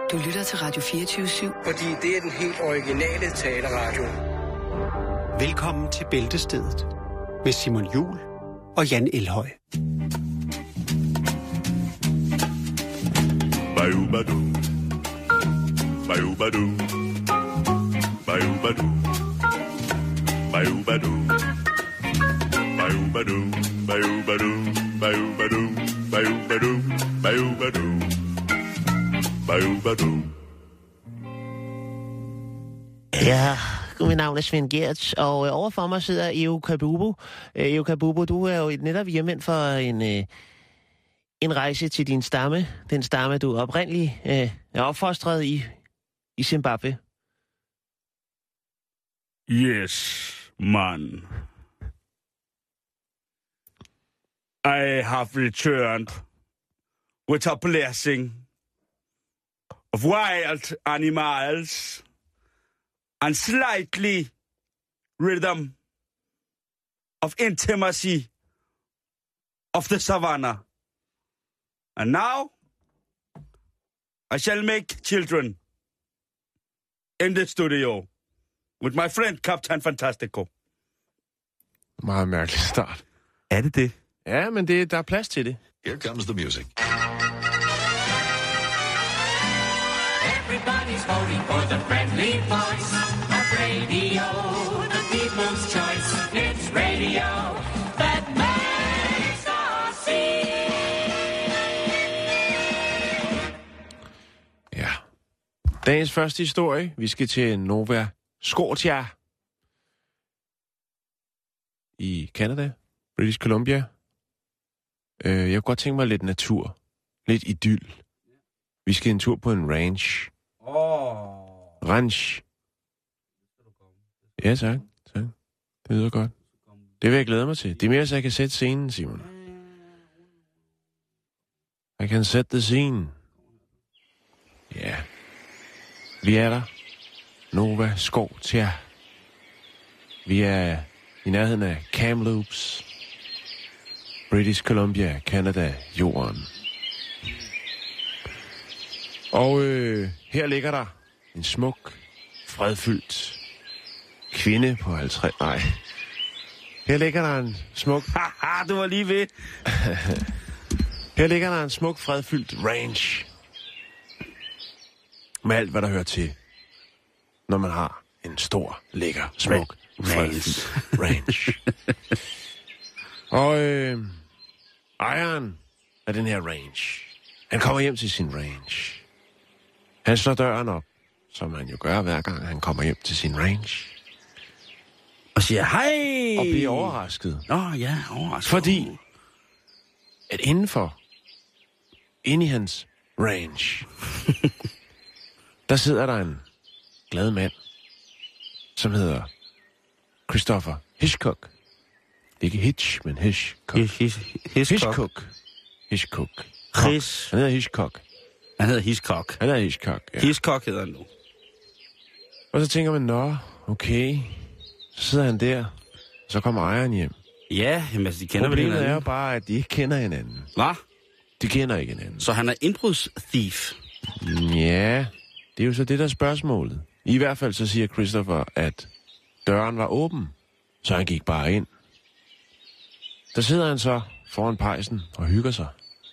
Du lytter til Radio 24/7. Fordi det er den helt originale taleradio. Velkommen til Bæltestedet med Simon Jul og Jan Elhøj. Bayou-badu. Bayou-badu. Bayou-badu. Bayou-badu. Bayou-badu. Bayou-badu. Bayou-badu. Bayou-badu. Bayou-badu. Bayou-badu. Ja, mit navn er Svend Gertz, og overfor mig sidder Eoka Bubo. Eoka Bubo, du er jo netop hjemvendt for en rejse til din stamme. Den stamme, du oprindeligt er opfostret i Zimbabwe. Yes, man. I have returned with a blessing of wild animals and slightly rhythm of intimacy of the savannah. And now, I shall make children in the studio with my friend Captain Fantastico. Meget mærkelig start. Er det det? Ja, men der er plads til det. Here comes the music. Everybody's voting for the friendly voice of radio, the people's choice. It's radio that makes us see. Ja. Dagens første historie. Vi skal til Nova Scotia i Canada, British Columbia. Jeg kunne godt tænke mig lidt natur. Lidt idyll. Vi skal en tur på en ranch. Ranch. Ja, tak. Det lyder godt. Det vil jeg glæde mig til. Det er mere, så jeg kan sætte scenen, Simon. I can set the scene. Ja. Vi er der. Nova Scotia. Vi er i nærheden af Kamloops. British Columbia, Canada, jorden. Og her ligger der en smuk, fredfyldt kvinde på 50... Nej. Her ligger der en smuk... Haha, du var lige ved. Her ligger der en smuk, fredfyldt ranch. Med alt, hvad der hører til, når man har en stor, lækker, smuk, fredfyldt ranch. Og ejeren af den her ranch, han kommer hjem til sin ranch. Han slår døren op, som han jo gør hver gang, han kommer hjem til sin ranch. Og siger hej! Og bliver overrasket. Ja, overrasket. Fordi, at inde i hans ranch, der sidder der en glad mand, som hedder Christopher Hitchcock. Ikke Hitch, men Hitchcock. Hitchcock. Hitchcock. Chris. Han hedder Hitchcock. Han hedder Hitchcock. Ja. Hitchcock hedder han nu. Og så tænker man, okay. Så sidder han der, og så kommer ejeren hjem. Ja, jamen, altså, de kender vel hinanden. Problemet er jo bare, at de ikke kender hinanden. Hvad? De kender ikke hinanden. Så han er indbrudsthief? Ja, det er jo så det, der er spørgsmålet. I hvert fald så siger Christopher, at døren var åben, så han gik bare ind. Der sidder han så foran pejsen og hygger sig.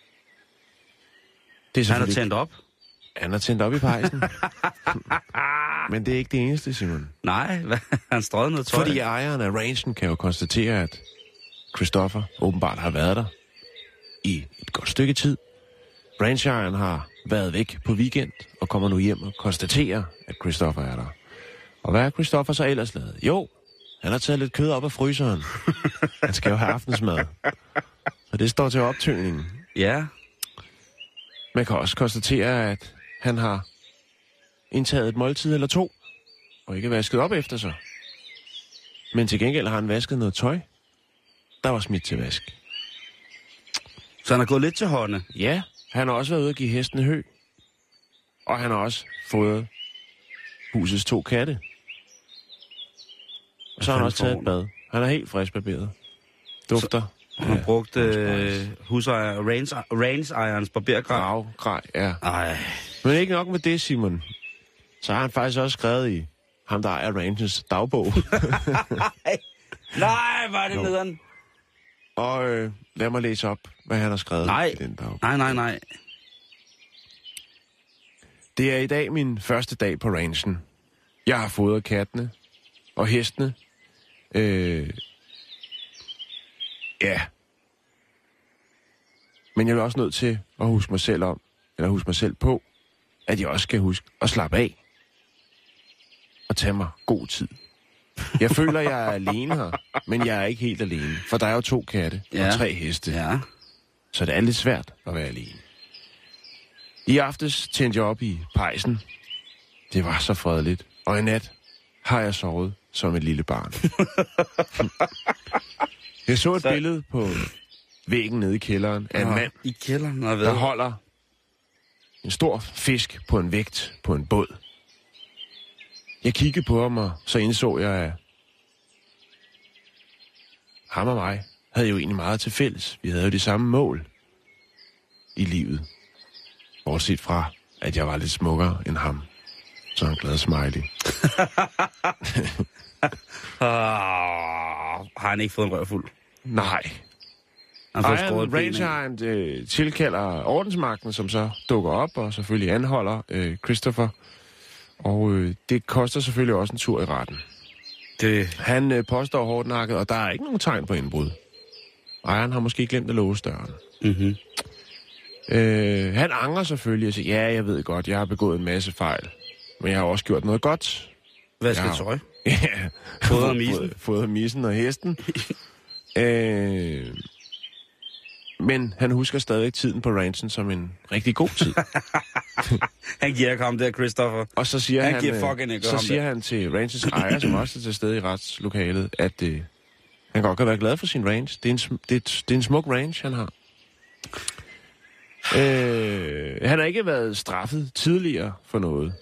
Det er han er tændt op? Han er tændt op i pejsen. Men det er ikke det eneste, Simon. Nej, han strøget noget tøj. Fordi ejeren af ranchen kan jo konstatere, at Christopher åbenbart har været der i et godt stykke tid. Ranchejeren har været væk på weekend og kommer nu hjem og konstaterer, at Christopher er der. Og hvad har Christopher så ellers lavet? Jo, han har taget lidt kød op af fryseren. Han skal jo have aftensmad. Og det står til optøningen. Ja. Man kan også konstatere, at han har indtaget et måltid eller to, og ikke vasket op efter sig. Men til gengæld har han vasket noget tøj, der var smidt til vask. Så han har gået lidt til hånden? Ja, han har også været ude at give hesten hø. Og han har også fået husets 2 katte. Og så har han også taget et bad. Han er helt friskbarberet. Dufter. Han har brugt range-ejerens barbergrej. Grej, ja. Ej. Men ikke nok med det, Simon. Så har han faktisk også skrevet i ham, der er ranchens dagbog. Nej, var det nederen? Og lad mig læse op, hvad han har skrevet i den dagbog. Nej. Det er i dag min første dag på ranchen. Jeg har fodret kattene og hestene. Ja. Men jeg er også nødt til at huske mig selv på, at jeg også skal huske at slappe af. Og tage mig god tid. Jeg føler, jeg er alene her, men jeg er ikke helt alene. For der er jo 2 katte og 3 heste. Ja. Så det er lidt svært at være alene. I aftes tændte jeg op i pejsen. Det var så fredeligt. Og i nat har jeg sovet som et lille barn. Jeg så et billede på væggen nede i kælderen af en mand, i kælderen, der holder en stor fisk på en vægt på en båd. Jeg kiggede på ham, og så indså jeg, at ham og mig havde jo egentlig meget til fælles. Vi havde jo de samme mål i livet. Bortset fra, at jeg var lidt smukkere end ham. Så en glad smiley. Har han ikke fået en rørfuld? Nej. Rangeren tilkalder ordensmagten, som så dukker op og selvfølgelig anholder Christopher. Og det koster selvfølgelig også en tur i retten. Han påstår hårdnakket, og der er ikke nogen tegn på indbrud. Ejeren har måske glemt at låse døren. Mm-hmm. Han angrer selvfølgelig og siger, ja, jeg ved godt, jeg har begået en masse fejl. Men jeg har også gjort noget godt. Vasket tøj? Ja. Fodret missen. Fodret missen og hesten. Men han husker stadig tiden på ranchen som en rigtig god tid. Han giver ikke ham der, Christopher. Og så siger han til ranchens ejer, som også er til stede i retslokalet, at han godt kan være glad for sin ranch. Det er en smuk ranch, han har. Han har ikke været straffet tidligere for noget.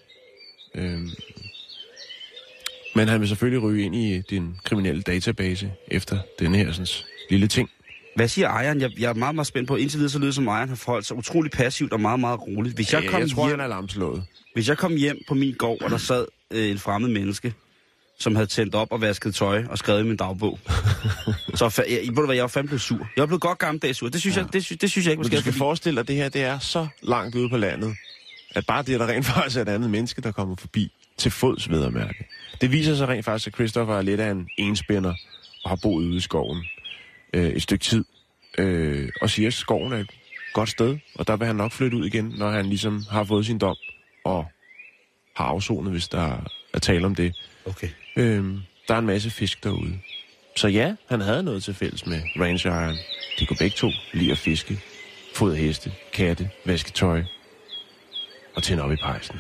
Men han vil selvfølgelig ryge ind i din kriminelle database efter denne her sådan, lille ting. Hvad siger ejeren? Jeg er meget, meget spændt på. Indtil videre så lyder det som ejeren har forholdt sig utrolig passivt og meget, meget roligt. Hvis jeg tror, han er lamslået. Hvis jeg kom hjem på min gård, og der sad en fremmed menneske, som havde tændt op og vasket tøj og skrevet i min dagbog, så jeg var fandme blevet sur. Jeg var blevet godt gammeldags sur. Det synes jeg ikke, man skal. Du skal forestille dig, at det her det er så langt ude på landet, at bare det, at der rent faktisk er et andet menneske, der kommer forbi til fods ved at mærke. Det viser sig rent faktisk, at Christopher er lidt af en enspænder og har boet ude i skoven et stykke tid. Og siger, at skoven er et godt sted, og der vil han nok flytte ud igen, når han ligesom har fået sin dom og har afsonet, hvis der er tale om det. Okay. Der er en masse fisk derude. Så ja, han havde noget til fælles med ranchejeren. De kunne begge to lide at fiske, fodre heste, katte, vaske tøj og tænde op i pejsen.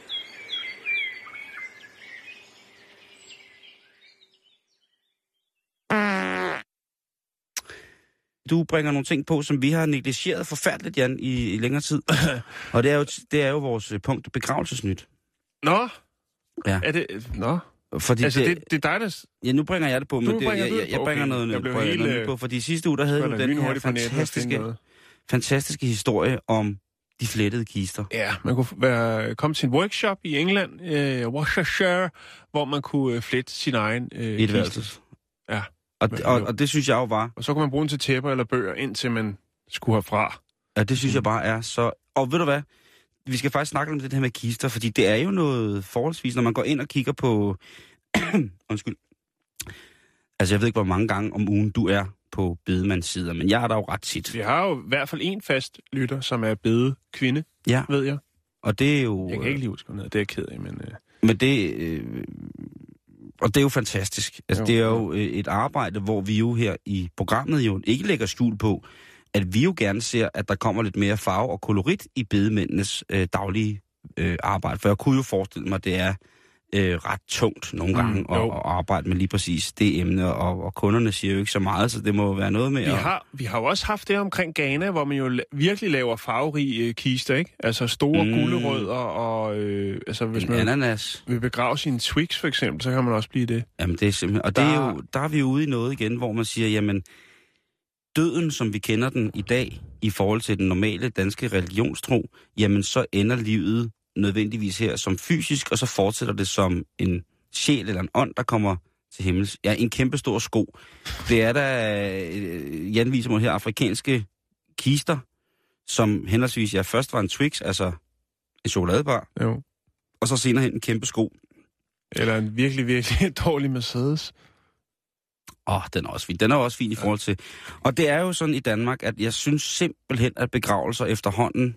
Du bringer nogle ting på, som vi har negligeret forfærdeligt, Jan, i længere tid. Og det er jo vores punkt begravelsesnyt. Nå? Ja. Er det... Nå? Fordi altså, det er dig, der... Ja, nu bringer jeg det på, men jeg bringer noget på. Fordi sidste uge, der havde du den her fantastiske historie om de flettede kister. Ja, man kunne komme til en workshop i England, Worcestershire, hvor man kunne flette sin egen kister. Ja. Og det synes jeg jo var... Og så kunne man bruge den til tæpper eller bøger, indtil man skulle herfra. Ja, det synes jeg bare er så... Og ved du hvad? Vi skal faktisk snakke om det her med kister, fordi det er jo noget forholdsvis, når man går ind og kigger på... Undskyld. Altså, jeg ved ikke, hvor mange gange om ugen du er på bedemandssider, men jeg er der jo ret tit. Vi har jo i hvert fald en fast lytter, som er bedekvinde, ved jeg. Og det er jo... Jeg kan ikke lige huske noget, det er jeg ked af, men... Men det... Og det er jo fantastisk. Altså, det er jo et arbejde, hvor vi jo her i programmet jo ikke lægger skjul på, at vi jo gerne ser, at der kommer lidt mere farve og kolorit i bedemændenes daglige arbejde. For jeg kunne jo forestille mig, at det er ret tungt nogle gange at arbejde med lige præcis det emne, og kunderne siger jo ikke så meget, så det må være noget med... Vi har jo også haft det omkring Ghana, hvor man jo virkelig laver farverige kister, ikke? Altså store gulerødder og... altså hvis man ananas. Vil begrave sine Twix for eksempel, så kan man også blive det. Jamen det er simpelthen... Og det er jo, der er vi ude i noget igen, hvor man siger, jamen... døden, som vi kender den i dag, i forhold til den normale danske religionstro, jamen så ender livet nødvendigvis her som fysisk, og så fortsætter det som en sjæl eller en ånd, der kommer til himmels. Ja, en kæmpe stor sko. Det er der, Jan viser mig her, afrikanske kister, som henholdsvis, først var en Twix, altså en chokoladebar, Jo. og så senere hen en kæmpe sko. Eller en virkelig, virkelig dårlig Mercedes. Den er også fin. Den er også fin i forhold til... Og det er jo sådan i Danmark, at jeg synes simpelthen, at begravelser efterhånden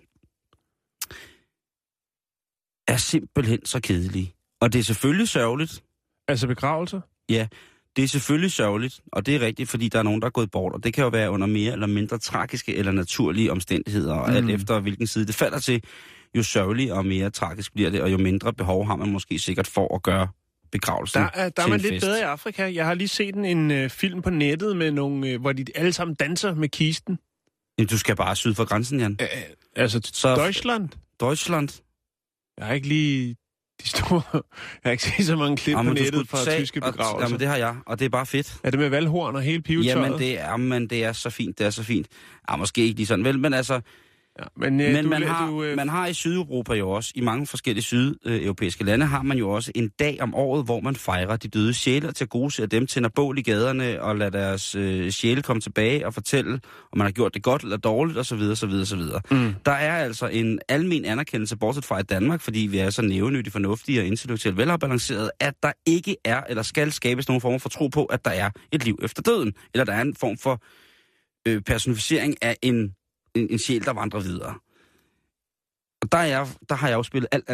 er simpelthen så kedelige. Og det er selvfølgelig sørgeligt. Altså begravelser? Ja, det er selvfølgelig sørgeligt, og det er rigtigt, fordi der er nogen, der er gået bort. Og det kan jo være under mere eller mindre tragiske eller naturlige omstændigheder, og alt efter hvilken side det falder til, jo sørgeligt og mere tragisk bliver det, og jo mindre behov har man måske sikkert for at gøre begravelsen Der er man lidt bedre i Afrika. Jeg har lige set en film på nettet med nogle, hvor de alle sammen danser med kisten. Jamen, du skal bare syd for grænsen, Jan. Altså Så- Deutschland. Deutschland. Jeg har ikke lige de store... Jeg har ikke set så mange klip på nettet fra tyske begravelser. Jamen, det har jeg, og det er bare fedt. Er det med valghorn og hele pivetøjet? Jamen, det er så fint, det er så fint. Ja, måske ikke lige sådan vel, men altså... Ja, Men man har i Sydeuropa jo også, i mange forskellige sydeuropæiske lande, har man jo også en dag om året, hvor man fejrer de døde sjæle til at gode dem, tænder bål i gaderne og lader deres sjæle komme tilbage og fortælle, om man har gjort det godt eller dårligt osv. osv. Der er altså en almen anerkendelse, bortset fra i Danmark, fordi vi er så nævenyttigt fornuftige og intellektuelt velafbalanceret, at der ikke er eller skal skabes nogen form for tro på, at der er et liv efter døden, eller der er en form for personificering af en sjæl, der vandrer videre. Og der har jeg jo spillet alt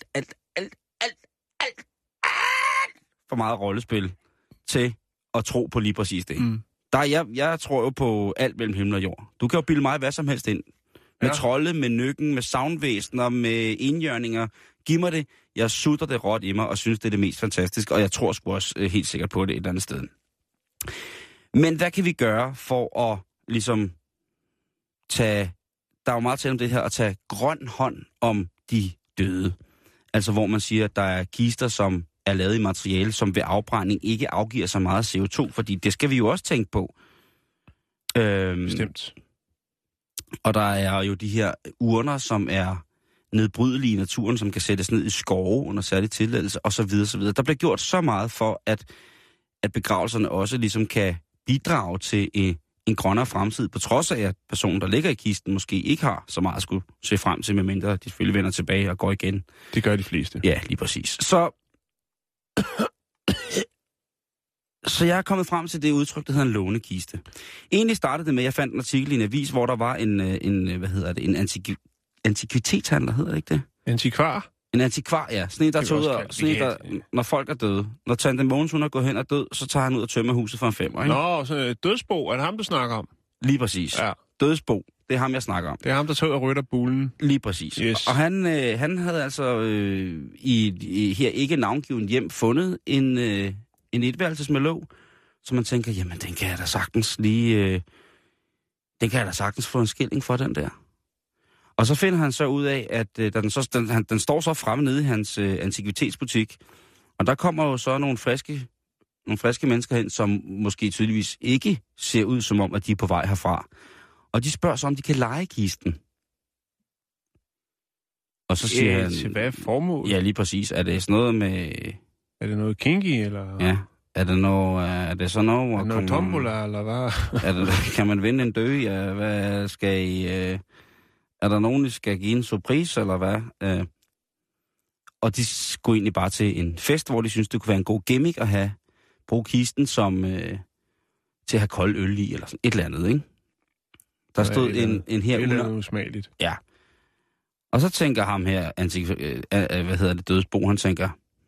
for meget rollespil til at tro på lige præcis det. Jeg tror jo på alt mellem himmel og jord. Du kan jo bilde mig hvad som helst ind. Med trolde, med nykken, med savnvæsener, med indjørninger. Giv mig det. Jeg sutter det råt i mig og synes, det er det mest fantastiske. Og jeg tror sgu også helt sikkert på det et eller andet sted. Men hvad kan vi gøre for at ligesom der er jo meget tale om det her, at tage grøn hånd om de døde. Altså hvor man siger, at der er kister, som er lavet i materiale, som ved afbrænding ikke afgiver så meget CO2, fordi det skal vi jo også tænke på. Bestemt. Og der er jo de her urner, som er nedbrydelige i naturen, som kan sættes ned i skove under særlig tilladelse, osv. osv. Der bliver gjort så meget for, at begravelserne også ligesom kan bidrage til en grønnere fremtid, på trods af, at personen, der ligger i kisten, måske ikke har så meget at skulle se frem til, medmindre de selvfølgelig vender tilbage og går igen. Det gør de fleste. Ja, lige præcis. Så jeg er kommet frem til det udtryk, der hedder en lånekiste. Egentlig startede det med, at jeg fandt en artikel i en avis, hvor der var en antikvitetshandler, hedder det ikke det? Antikvar? En antikvar, ja. Sådan en, der tager ud og, når folk er døde. Når Tante Mogens, hun er gået hen og død, så tager han ud og tømmer huset for en 5, ikke? Nå, så dødsbo, er det ham, du snakker om? Lige præcis. Ja. Dødsbo, det er ham, jeg snakker om. Det er ham, der tager ud og rytter bulen. Lige præcis. Yes. Og han havde altså i her ikke navngiven hjem fundet en etværelses med låg, så man tænker, jamen den kan jeg da sagtens få en skilling for, den der. Og så finder han så ud af, at den står så fremme nede i hans antikvitetsbutik. Og der kommer jo så nogle friske mennesker hen, som måske tydeligvis ikke ser ud som om, at de er på vej herfra. Og de spørger så, om de kan leje kisten. Og så siger han... Til hvad formål? Ja, lige præcis. Er det sådan noget med... Er det noget kinky, eller... Ja. Er det sådan noget... Er det noget tombola, eller hvad? Kan man vinde en død? Ja, hvad skal I... Er der nogen, der skal give en surprise, eller hvad? Og de skulle egentlig bare til en fest, hvor de synes, det kunne være en god gimmick at bruge kisten som til at have kold øl i, eller sådan et eller andet, ikke? Der stod en her... Det er usmageligt. Ja. Og så tænker ham her, dødsbo, han tænker,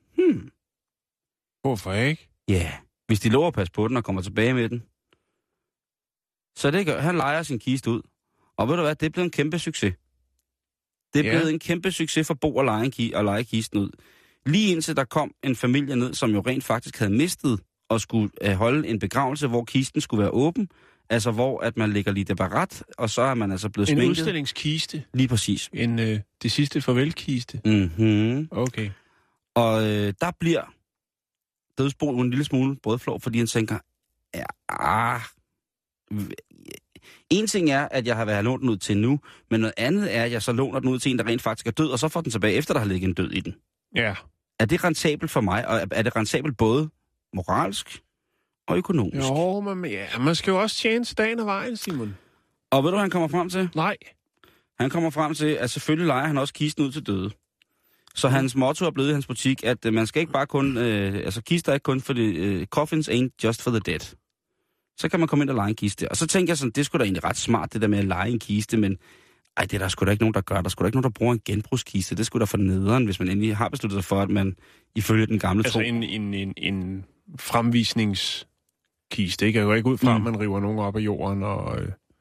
Hvorfor ikke? ja, hvis de lover at passe på den og kommer tilbage med den. Så det gør, han lejer sin kiste ud. Og ved du hvad, det blev en kæmpe succes. Det blev en kæmpe succes for Bo at lege kisten ud. Lige indtil der kom en familie ned, som jo rent faktisk havde mistet og skulle holde en begravelse, hvor kisten skulle være åben. Altså hvor at man lægger lige det barat, og så er man altså blevet sminket. En udstillingskiste? Lige præcis. Det sidste farvelkiste? Mhm. Okay. Og der bliver dødsbo en lille smule brødflov, fordi han tænker, En ting er, at jeg har været lånt den ud til nu, men noget andet er, at jeg så låner den ud til en, der rent faktisk er død, og så får den tilbage, efter der har ligget en død i den. Ja. Er det rentabelt for mig, og er det rentabelt både moralsk og økonomisk? Jo, men man skal jo også tjene til dagen og vejen, Simon. Og ved du, hvad han kommer frem til? Nej. Han kommer frem til, at selvfølgelig leger han også kisten ud til døde. Så hans motto er blevet i hans butik, at man skal ikke bare kun... kister er ikke kun for det... coffins ain't just for the dead. Så kan man komme ind og lege en kiste. Og så tænker jeg sådan, det skulle da egentlig ret smart, det der med at lege en kiste, men... Ej, det er der sgu da ikke nogen, der gør. Der skulle da ikke nogen, der bruger en genbrugskiste. Det skulle da for nederen, hvis man endelig har besluttet sig for, at man ifølge den gamle tro... Altså en fremvisningskiste, ikke? Jeg går ikke ud fra, at man river nogen op af jorden og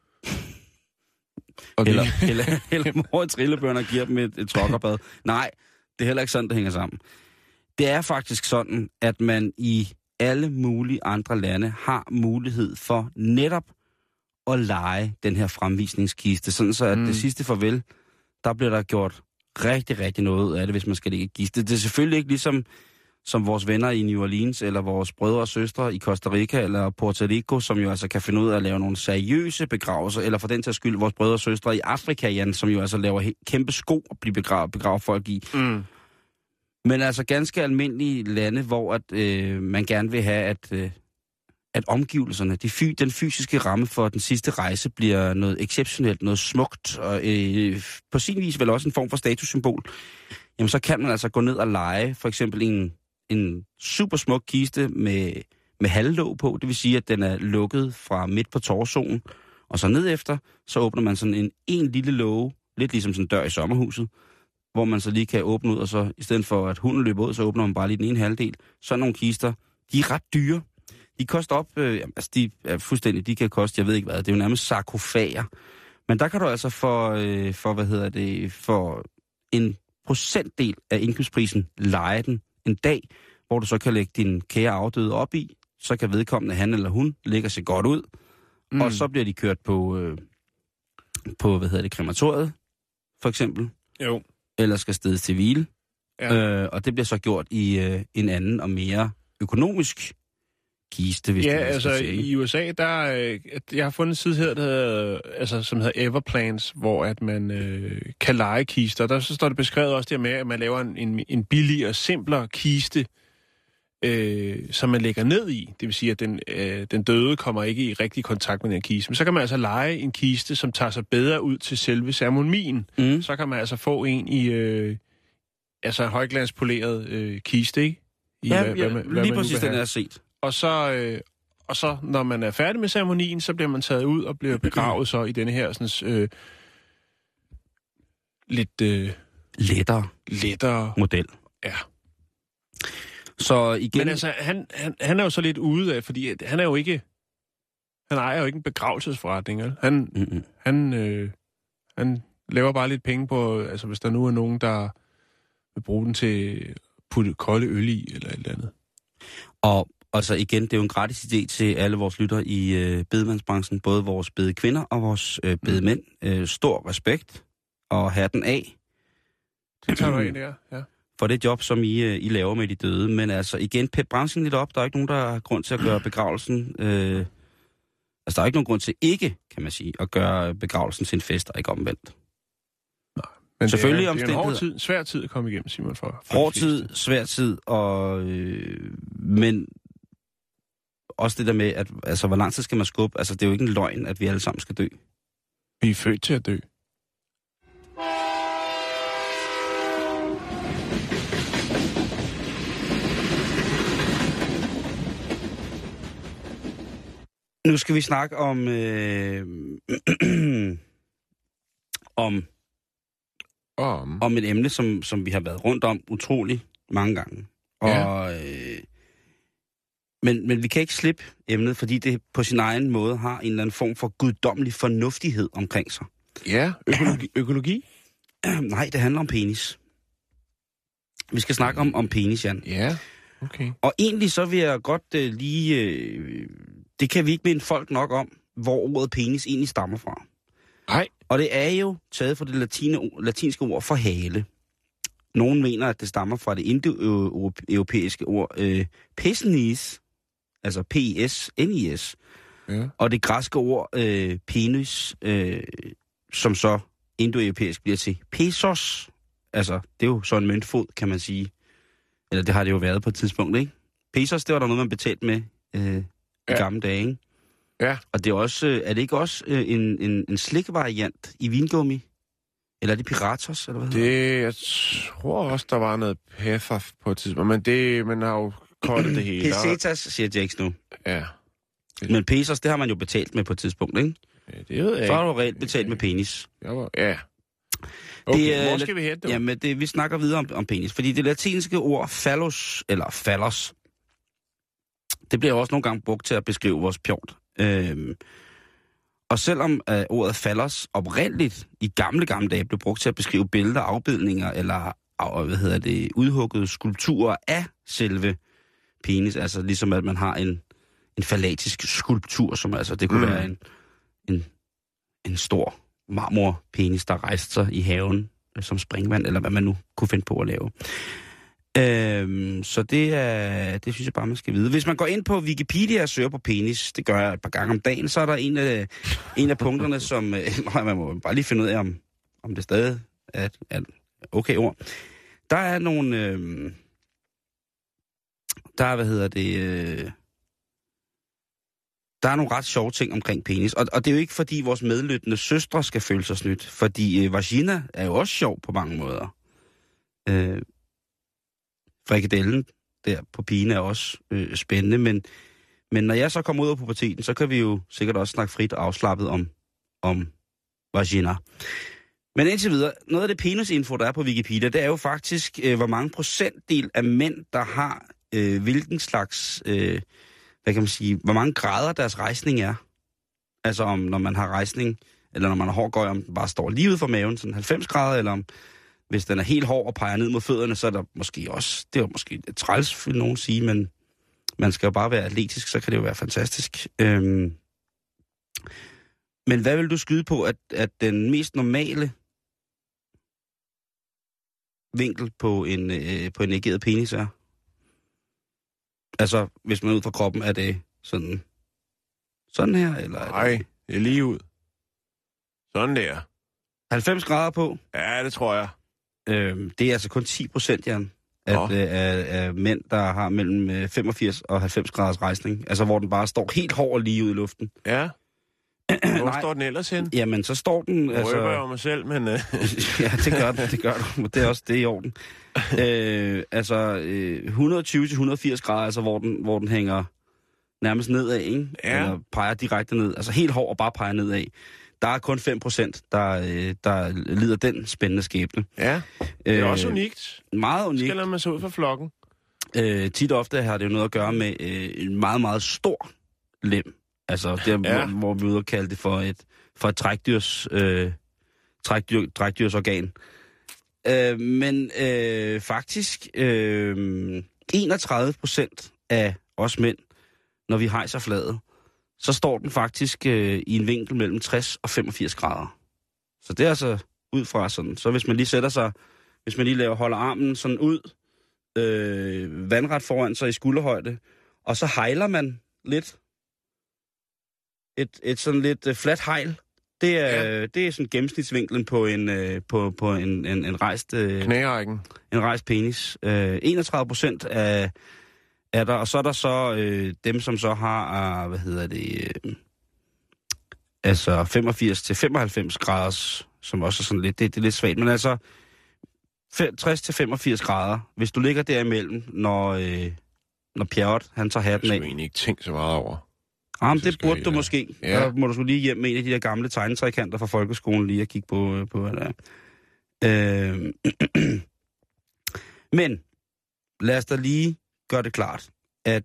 eller mor i trillebørn og giver dem et trokkerbad. Nej, det er heller ikke sådan, det hænger sammen. Det er faktisk sådan, at man i alle mulige andre lande har mulighed for netop at lege den her fremvisningskiste. Sådan så, at det sidste farvel, der bliver der gjort rigtig, rigtig noget ud af det, hvis man skal ligge kiste. Det er selvfølgelig ikke ligesom som vores venner i New Orleans, eller vores brødre og søstre i Costa Rica, eller Puerto Rico, som jo altså kan finde ud af at lave nogle seriøse begravelser, eller for den tages skyld vores brødre og søstre i Afrika, Jan, som jo altså laver kæmpe sko at blive begravet folk i. Mm. Men altså ganske almindelige lande, hvor at, man gerne vil have, at omgivelserne, den fysiske ramme for den sidste rejse, bliver noget exceptionelt, noget smukt, og på sin vis vel også en form for statussymbol, jamen så kan man altså gå ned og lege for eksempel en super smuk kiste med halvlåg på, det vil sige, at den er lukket fra midt på torsoen, og så ned efter, så åbner man sådan en lille låge, lidt ligesom sådan en dør i sommerhuset, hvor man så lige kan åbne ud, og så i stedet for at hunden løber ud, så åbner man bare lige den ene halvdel. Sådan nogle kister, de er ret dyre. De koster op, de er fuldstændig, de kan koste, jeg ved ikke hvad, det er jo nærmest sarkofager. Men der kan du altså for en procentdel af indkøbsprisen leje den en dag, hvor du så kan lægge din kære afdøde op i, så kan vedkommende, han eller hun, lægge sig godt ud, og så bliver de kørt på krematoriet, for eksempel. Jo. Eller skal stedes til hvile. Ja. Og det bliver så gjort i en anden og mere økonomisk kiste, hvis i USA, der jeg har fundet en side her, som hedder Everplans, hvor at man kan lege kister. Der så står det beskrevet også det med, at man laver en billigere og simplere kiste, som man lægger ned i. Det vil sige, at den døde kommer ikke i rigtig kontakt med den kiste. Men så kan man altså lege en kiste, som tager sig bedre ud til selve ceremonien. Mm. Så kan man altså få en i højglanspoleret kiste, ikke? Lige præcis den er set. Og så, når man er færdig med ceremonien, så bliver man taget ud og bliver begravet så i denne her sådan, lidt lettere model. Ja. Så igen... Men altså, han er jo så lidt ude af, fordi han ejer jo ikke en begravelsesforretning, vel? Han laver bare lidt penge på, altså hvis der nu er nogen, der vil bruge den til at putte kolde øl i, eller et eller andet. Og altså igen, det er jo en gratis idé til alle vores lyttere i bedemandsbranchen, både vores bedekvinder og vores bedemænd. Stor respekt og hatten af. Det tager du af, der, ja. For det job, som I laver med de døde. Men altså igen, pep branchen lidt op. Der er ikke nogen, der har grund til at gøre begravelsen... der er ikke nogen grund til ikke, kan man sige, at gøre begravelsen til en fest, og ikke omvendt. Nej, men selvfølgelig det er en hård tid, svær tid at komme igennem, Simon. Hård tid, svær tid, men også det der med, at altså, hvor lang tid skal man skubbe? Altså, det er jo ikke en løgn, at vi alle sammen skal dø. Vi er født til at dø. Nu skal vi snakke om om et emne, som vi har været rundt om utrolig mange gange. Og, men vi kan ikke slippe emnet, fordi det på sin egen måde har en eller anden form for guddommelig fornuftighed omkring sig. Ja, økologi? Nej, det handler om penis. Vi skal snakke om penis, Jan. Ja, okay. Og egentlig så vil jeg godt det kan vi ikke minde folk nok om, hvor ordet penis egentlig stammer fra. Nej. Og det er jo taget fra det latinske ord for hale. Nogen mener, at det stammer fra det indoeuropæiske ord penis, altså P-I-S-N-I-S. Ja. Og det græske ord penis, som så indoeuropæisk bliver til pesos. Altså, det er jo så en møntfod, kan man sige. Eller det har det jo været på et tidspunkt, ikke? Pesos, det var der noget, man betalte med i gamle dage, ikke? Ja. Og det er også, er det ikke også en slikvariant i vingummi? Eller er det Piratos, eller hvad? Jeg tror også, der var noget peffer på et tidspunkt, men man har jo kortet det hele. Pesetas, siger Jakes nu. Ja. Men pesos, det har man jo betalt med på et tidspunkt, ikke? Ja, det ved jeg Så har ikke. du reelt betalt med penis. Ja. Okay, hvor det, skal vi hen? Jamen, vi snakker videre om penis. Fordi det latinske ord phallus, eller phallus, det bliver også nogle gange brugt til at beskrive vores pjort. Og selvom ordet phallus oprindeligt i gamle dage blev brugt til at beskrive billeder, afbildninger eller udhuggede skulpturer af selve penis, altså ligesom at man har en fallatisk skulptur, som altså det kunne være en stor marmorpenis, der rejste sig i haven som springvand, eller hvad man nu kunne finde på at lave. Så det synes jeg bare, man skal vide. Hvis man går ind på Wikipedia og søger på penis, det gør jeg et par gange om dagen, så er der en af punkterne, som man må bare lige finde ud af, om det stadig er et okay ord. Der er nogle... der er nogle ret sjove ting omkring penis. Og det er jo ikke, fordi vores medlyttende søstre skal føle sig snydt. Fordi vagina er jo også sjov på mange måder. Frikadellen der på pigen er også spændende. Men når jeg så kommer ud af puberteten, så kan vi jo sikkert også snakke frit og afslappet om vagina. Men indtil videre, noget af det penisinfo, der er på Wikipedia, det er jo faktisk, hvor mange procentdel af mænd, der har hvilken slags... hvad kan man sige, hvor mange grader deres rejsning er. Altså om, når man har rejsning, eller når man har hård gøj, om den bare står lige ude for maven, sådan 90 grader, eller om, hvis den er helt hård og peger ned mod fødderne, så er der måske også, det er måske lidt træls, vil nogen sige, men man skal jo bare være atletisk, så kan det jo være fantastisk. Men hvad vil du skyde på, at den mest normale vinkel på en erigeret penis er? Altså, hvis man er ud fra kroppen, er det sådan her, eller? Nej, det er lige ud. Sådan der. 90 grader på? Ja, det tror jeg. Det er altså kun 10%, Jan, af mænd, der har mellem 85 og 90 graders rejsning. Altså, hvor den bare står helt hård og lige ud i luften. Ja. Hvor står den ellers hen? Jamen, så står den... Jeg røber jo mig selv, men... ja, det gør du. Det er også det i orden. 120-180 grader, altså hvor den hænger nærmest nedad, ikke? Ja. Eller peger direkte ned. Altså helt hård og bare peger nedad. Der er kun 5%, der lider den spændende skæbne. Ja, det er også unikt. Meget unikt. Skiller man sig ud fra flokken. Tit og ofte har det jo noget at gøre med en meget, meget stor lem. Altså, hvor vi ude kalde det for et trækdyrsorgan. Men faktisk 31% af os mænd, når vi hejser fladet, så står den faktisk i en vinkel mellem 60 og 85 grader. Så det er altså ud fra sådan. Så hvis man lige sætter sig, hvis man lige holder armen sådan ud, vandret foran sig i skulderhøjde, og så hejler man lidt, et sådan lidt fladt hejl. Det er sådan gennemsnitsvinklen på en rejst... Knærækken. En rejst penis. 31% er der, og så er der så dem, som så har, altså 85 til 95 graders, som også er sådan lidt, det er lidt svagt, men altså 60 til 85 grader, hvis du ligger derimellem, når Pjerrot, han tager hatten af. Jeg skulle egentlig ikke tænke så meget over. Jamen, det burde du måske. Ja. Der må du skulle lige hjem med en af de der gamle tegnetrækanter fra folkeskolen lige at kigge på hvad der er. Men lad os da lige gøre det klart, at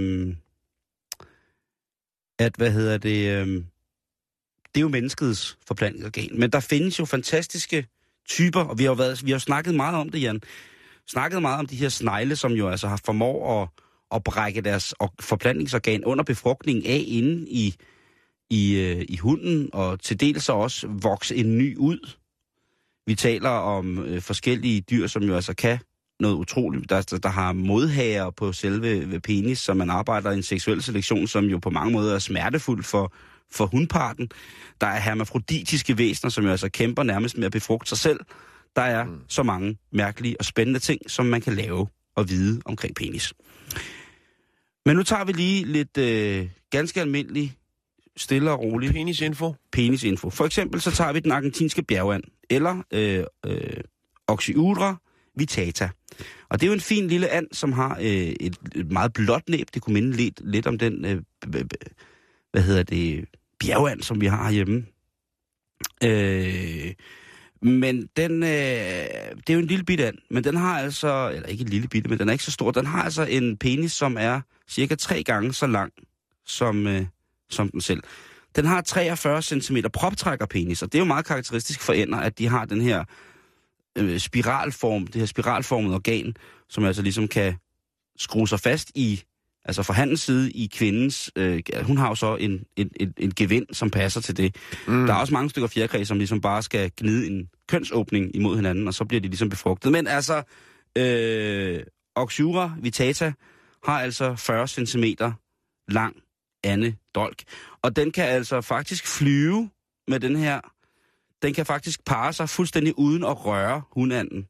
det er jo menneskets forplantningsorgan. Men der findes jo fantastiske typer, og vi har snakket meget om det, Jan. Snakket meget om de her snegle, som jo altså har formår at brække deres forplantningsorgan under befrugtningen af inde i hunden, og til dels så også vokse en ny ud. Vi taler om forskellige dyr, som jo altså kan noget utroligt. Der har modhager på selve penis, så man arbejder i en seksuel selektion, som jo på mange måder er smertefuld for hundparten. Der er hermafroditiske væsener, som jo altså kæmper nærmest med at befrugte sig selv. Der er så mange mærkelige og spændende ting, som man kan lave og vide omkring penis. Men nu tager vi lige lidt ganske almindelig, stille og roligt. Penisinfo. For eksempel så tager vi den argentinske bjergand, eller Oxyura vitata. Og det er jo en fin lille and, som har et meget blåt næb. Det kunne minde lidt om den, bjergand, som vi har herhjemme. Men den, det er jo en lille bitte and, men den har altså, eller ikke en lille bitte, men den er ikke så stor. Den har altså en penis, som er cirka 3 gange så lang som den selv. Den har 43 cm proptrækkerpenis, og det er jo meget karakteristisk for ænder, at de har den her det her spiralformede organ, som altså ligesom kan skrue sig fast i, altså fra handens side i kvindens, hun har jo så en gevind, som passer til det. Der er også mange stykker fjerkræ, som ligesom bare skal gnide en kønsåbning imod hinanden, og så bliver de ligesom befrugtet. Men altså, Oxyura vitata har altså 40 cm lang andedolk, og den kan altså faktisk flyve med den her. Den kan faktisk parre sig fuldstændig uden at røre hundanden.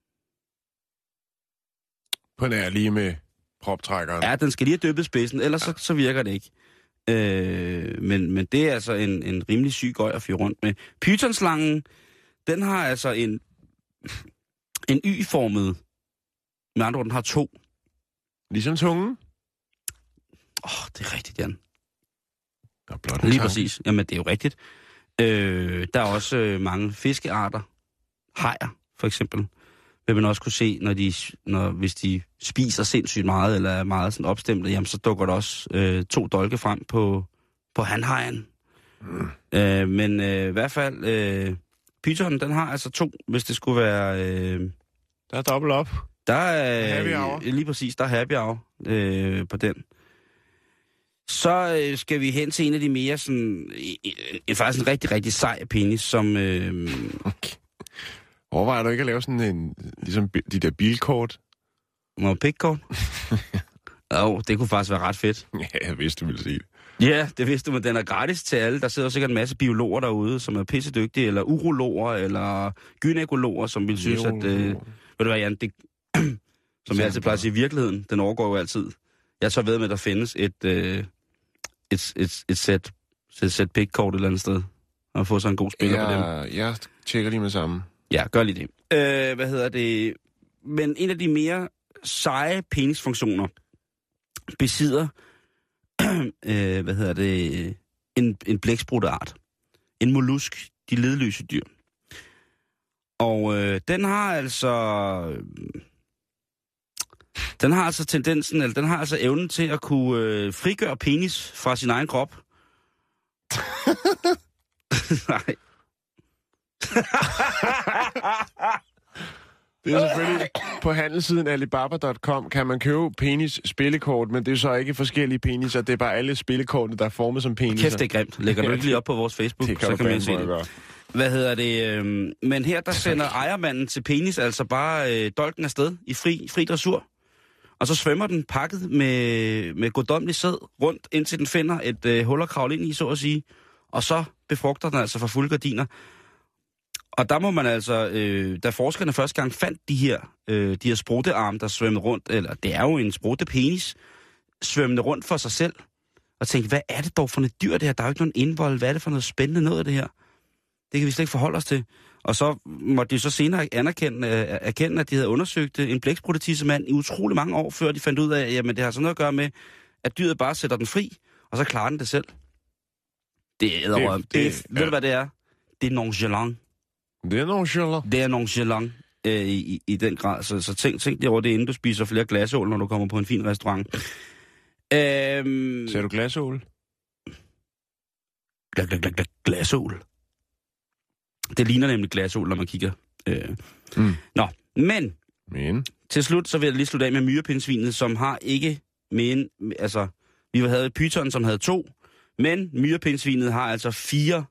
På nær lige med proptrækkeren. Ja, den skal lige have dyppet spidsen, ellers så virker det ikke. Men det er altså en rimelig syg gøj at fyre rundt med. Pythonslangen, den har altså en y-formet, med andre ord, den har 2. Ligesom tungen? Det er rigtigt, Jan. Lige præcis. Jamen, det er jo rigtigt. Der er også mange fiskearter. Hajer, for eksempel. Vil man også kunne se, hvis de spiser sindssygt meget, eller er meget sådan opstemte, jamen så dukker der også 2 dolke frem på hanhajen. Men i hvert fald, pythonen, den har altså 2, hvis det skulle være. Der er dobbelt op. Der er happy hour. Lige præcis, der er happy hour på den. Så skal vi hen til en af de mere sådan, faktisk en rigtig, rigtig sej penis, som. Okay. Overvejer du ikke at lave sådan en, ligesom de der bilkort? Noget pikkort? Det kunne faktisk være ret fedt. Ja, jeg vidste, du ville sige det. Ja, det vidste du, men den er gratis til alle. Der sidder sikkert en masse biologer derude, som er pissedygtige, eller urologer, eller gynækologer, som vil synes, at. Ved du hvad, Jan, det, som jeg altid plejer at sige, virkeligheden, den overgår jo altid. Jeg så ved med, at der findes et sæt pikkort et eller andet sted, og få sådan en god spiller på dem. Jeg tjekker lige med sammen. Ja, gør lige det. Men en af de mere seje penisfunktioner besidder, en blæksprutteart. En mollusk, de ledløse dyr. Og den har altså tendensen, eller den har altså evnen til at kunne frigøre penis fra sin egen krop. Nej. Det er selvfølgelig på handelssiden alibaba.com kan man købe penis-spillekort, men det er så ikke forskellige peniser, det er bare alle spillekortene, der er formet som peniser. Kæft, det er grimt. Lægger du ikke lige op på vores Facebook, det kan så kan man se det. Men her, der sender ejermanden til penis altså bare dolken afsted i fri dressur. Og så svømmer den pakket med guddommelig sæd rundt, indtil den finder et hul at kravle ind i, så at sige. Og så befrugter den altså for fulde gardiner. Og der må man altså, da forskerne første gang fandt de her spruttearme, der svømmede rundt, eller det er jo en spruttepenis, svømmende rundt for sig selv, og tænkte, hvad er det dog for et dyr det her? Der er jo ikke nogen indvold. Hvad er det for noget spændende noget af det her? Det kan vi slet ikke forholde os til. Og så måtte de så senere erkende, at de havde undersøgt en blækspruttetissemand i utrolig mange år, før de fandt ud af, at jamen, det har sådan noget at gøre med, at dyret bare sætter den fri, og så klarer den det selv. Det er ved du, hvad det er? Det er nonchalant. Det er nonchalant. Det er nonchalant i den grad. Så tænk lige over det, inden du spiser flere glasål, når du kommer på en fin restaurant. Ser du glasål? Glasål. Det ligner nemlig glasål, når man kigger. Nå, men til slut, så vil jeg lige slutte af med myrepindsvinet, som har ikke men, altså, vi havde python, som havde 2, men myrepindsvinet har altså 4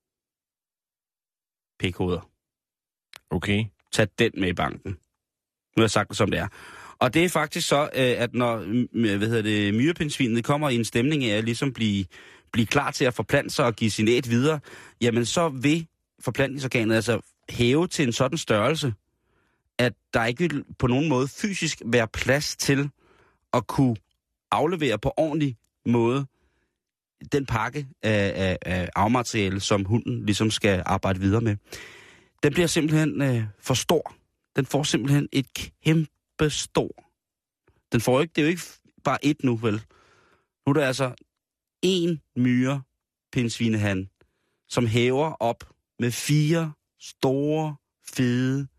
pikhoveder. Okay. Tag den med i banken. Nu har jeg sagt det, som det er. Og det er faktisk så, at når myrepindsvinet kommer i en stemning af at ligesom blive klar til at forplante sig og give sin æg videre, jamen så vil forplantningsorganet altså hæve til en sådan størrelse, at der ikke vil på nogen måde fysisk være plads til at kunne aflevere på ordentlig måde den pakke af arvemateriale, som hunden ligesom skal arbejde videre med. Den bliver simpelthen for stor. Den får simpelthen et kæmpe stor. Den får ikke, det er jo ikke bare et nu, vel? Nu er der altså en myrepindsvinehan, som hæver op med 4 store, fede,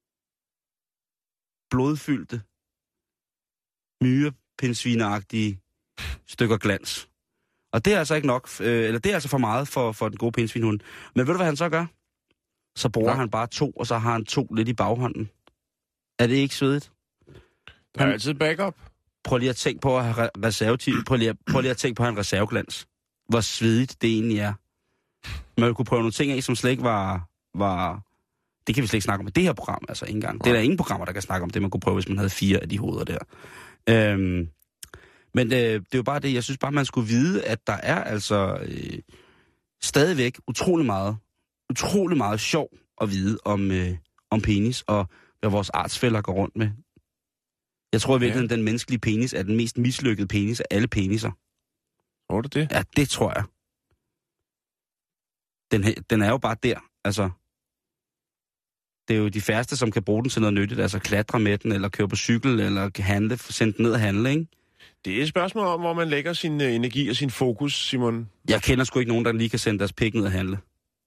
blodfyldte, myrepindsvineagtige stykker glans. Og det er altså ikke nok, eller det er altså for meget for den gode pindsvinhund. Men ved du, hvad han så gør? Så bruger han bare 2, og så har han 2 lidt i baghånden. Er det ikke svedigt? Der er altid backup. Prøv lige at tænke på at have reservetid. Prøv lige at tænke på at have en reserveglans. Hvor svedigt det egentlig er. Man kunne prøve nogle ting af, som slet ikke var... Det kan vi slet ikke snakke om i det her program, altså ikke engang. Det er der ingen programmer, der kan snakke om det, man kunne prøve, hvis man havde 4 af de hoveder der. Men det er jo bare det, jeg synes bare, man skulle vide, at der er altså stadigvæk utrolig meget sjov at vide om penis, og hvad vores artsfæller går rundt med. Jeg tror i virkeligheden, den menneskelige penis er den mest mislykkede penis af alle peniser. Tror du det? Ja, det tror jeg. Den er jo bare der, altså. Det er jo de færreste, som kan bruge den til noget nyttigt, altså klatre med den, eller køre på cykel, eller handle, sende den ned og handle, ikke? Det er et spørgsmål om, hvor man lægger sin energi og sin fokus, Simon. Jeg kender sgu ikke nogen, der lige kan sende deres pik ned og handle.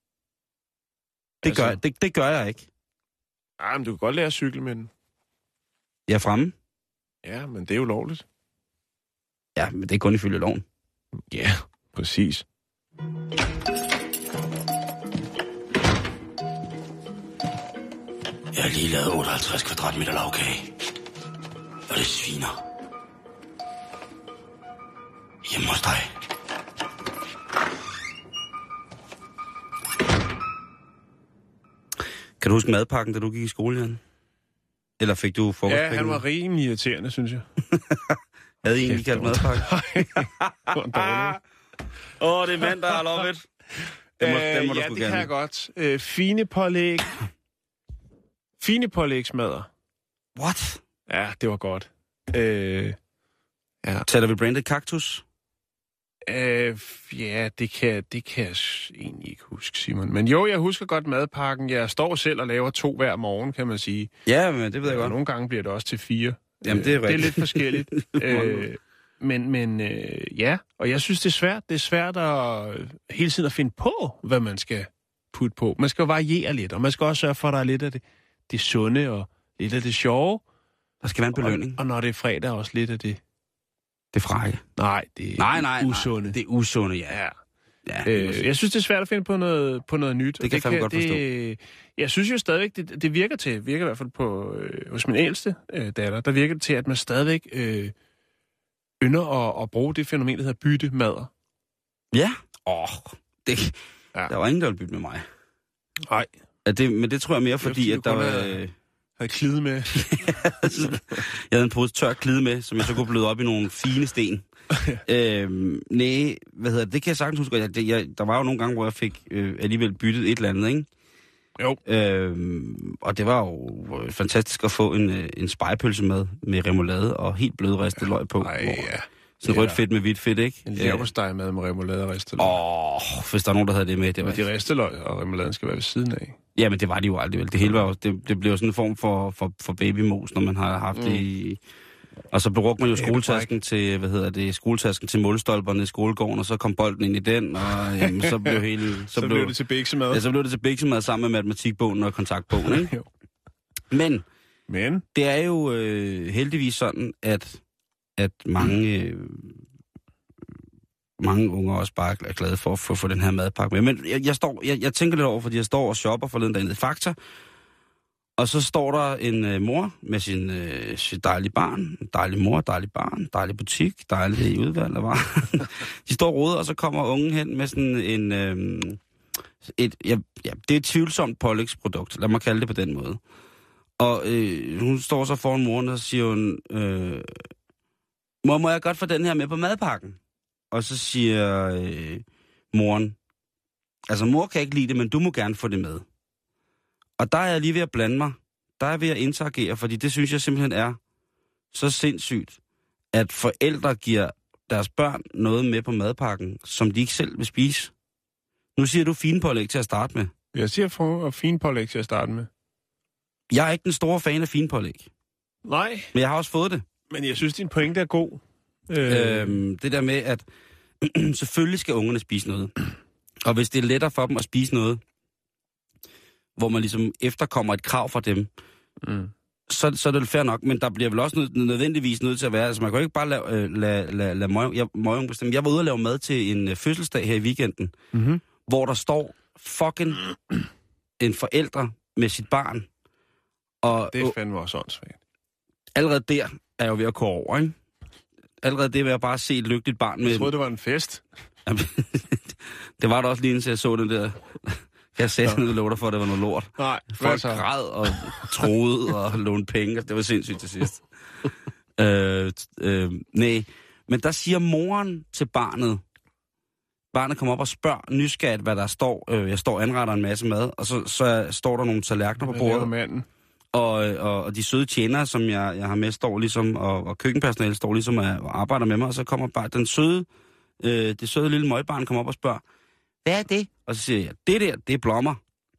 Det gør jeg ikke. Ja, men du kan godt lære at cykle med den. Jeg er fremme. Ja, men det er jo lovligt. Ja, men det er kun ifølge loven. Ja, præcis. Jeg har lige lavet 58 kvadratmeter lavkage. Og det sviner. Hjemme hos dig. Kan du huske madpakken, da du gik i skole, Jan? Eller fik du frokostpenge? Ja, han var rimelig irriterende, synes jeg. Havde I egentlig kaldt madpakke? Det er mandag, I love it. Den må du sgu det gerne. kan jeg godt. Fine pålæg. Fine pålægsmadder. What? Ja, det var godt. Ja. Taler vi branded kaktus? Ja, det kan jeg egentlig ikke huske, Simon. Men jo, jeg husker godt madpakken. Jeg står selv og laver 2 hver morgen, kan man sige. Ja, men det ved jeg godt. Nogle gange bliver det også til 4. Jamen, det er rigtigt. Det er lidt forskelligt. Men ja, og jeg synes, det er svært. Det er svært at hele tiden at finde på, hvad man skal putte på. Man skal jo variere lidt, og man skal også sørge for, at der er lidt af det sunde og lidt af det sjove. Der skal være en belønning. Og når det er fredag, også lidt af det. Det frække. Nej, det er usunde. Det er usunde, ja. Jeg synes, det er svært at finde på noget nyt. Det kan jeg fandme godt forstå. Jeg synes jo stadigvæk, det virker i hvert fald på, hos min ældste datter, der virker det til, at man stadigvæk ynder at bruge det fænomen, der hedder byttemadder. Ja? Der var ingen, der ville bytte med mig. Nej. Men det tror jeg mere, fordi at der var... havde klide med. Jeg havde en pose tør klide med, som jeg så kunne bløde op i nogle fine sten. Det kan jeg sagtens huske. Der var jo nogle gange, hvor jeg fik alligevel byttet et eller andet, ikke? Jo. Og det var jo fantastisk at få en spegepølse med remoulade og helt blødristet løg på. Sådan rødt fedt med hvidt fedt, ikke? En leverpostej med remoulade og ristet løg. Hvis der er nogen, der havde det med. Det var... De ristede løg og remouladen skal være ved siden af. Ja, men det var de jo aldrig vel. Det hele var jo, det blev jo sådan en form for babymos, når man har haft det i... Og så brugte man jo skoletasken til, skoletasken til målstolperne i skolegården, og så kom bolden ind i den, og jamen, så blev hele... Så blev det til biksemad. Ja, så blev det til biksemad sammen med matematikbogen og kontaktbogen, ikke? Men det er jo heldigvis sådan, at mange unger også bare er glade for at få den her madpakke med. Men jeg tænker lidt over, fordi jeg står og shopper forleden dag nede i Fakta, og så står der en mor med sin dejlige barn. Dejlig mor, dejlig barn, dejlig butik, dejlig udvalg. De står og roder, og så kommer ungen hen med sådan det er et tvivlsomt pålægsprodukt. Lad mig kalde det på den måde. Og hun står så foran moren, og så siger hun, mor, må jeg godt få den her med på madpakken? Og så siger moren, altså mor kan ikke lide det, men du må gerne få det med. Og der er jeg lige ved at blande mig. Der er jeg ved at interagere, fordi det synes jeg simpelthen er så sindssygt, at forældre giver deres børn noget med på madpakken, som de ikke selv vil spise. Nu siger du finpålæg til at starte med. Jeg siger finpålæg til at starte med. Jeg er ikke den store fan af finpålæg. Nej. Men jeg har også fået det. Men jeg synes, din pointe er god. Det der med, at selvfølgelig skal ungerne spise noget. Og hvis det er lettere for dem at spise noget, hvor man ligesom efterkommer et krav fra dem, så er det fair nok. Men der bliver vel også nødvendigvis nødt til at være... Altså man kan jo ikke bare lade møgung bestemme. Jeg var ude og lave mad til en fødselsdag her i weekenden, hvor der står fucking en forældre med sit barn. Og det er fandme også åndssvagt. Allerede der er jeg jo ved at gå over, ikke? Allerede det vil jeg bare se et lykkeligt barn med... Jeg troede, det var en fest. Det var det også lige indtil jeg så den der... Jeg sagde noget lov for, at det var noget lort. Nej, folk græd og troede og lånte penge. Det var sindssygt til sidst. Nej, men der siger moren til barnet. Barnet kommer op og spørger nysgerrigt, hvad der står. Jeg står og anretter en masse mad, og så står der nogle tallerkener på bordet. Og de søde tjenere, som jeg har med, står ligesom, og køkkenpersonale står ligesom og arbejder med mig, og så kommer bare det søde lille møgbarn kommer op og spørger, hvad er det? Og så siger jeg, det der, det er blommer.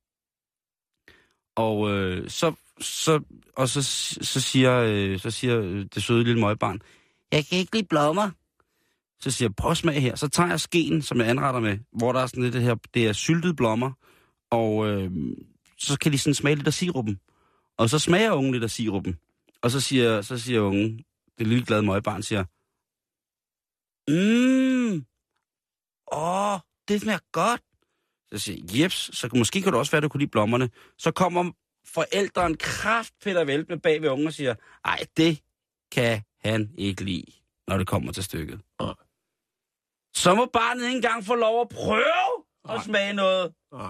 Og så siger det søde lille møgbarn, jeg kan ikke lide blommer. Så siger jeg, prøv at smage her. Så tager jeg skeen, som jeg anretter med, hvor der er sådan lidt det her, det er syltede blommer, og så kan de sådan smage lidt af siruppen. Og så smager ungen lidt af siruppen. Og så siger ungen, det lille glade møgbarn, siger, det smager godt. Så siger jeg, jeps, så måske kan det også være, at du kunne lide blommerne. Så kommer forældren kraftpeddervæltende bag ved ungen og siger, ej, det kan han ikke lide, når det kommer til stykket. Så må barnet ikke engang få lov at prøve at smage noget.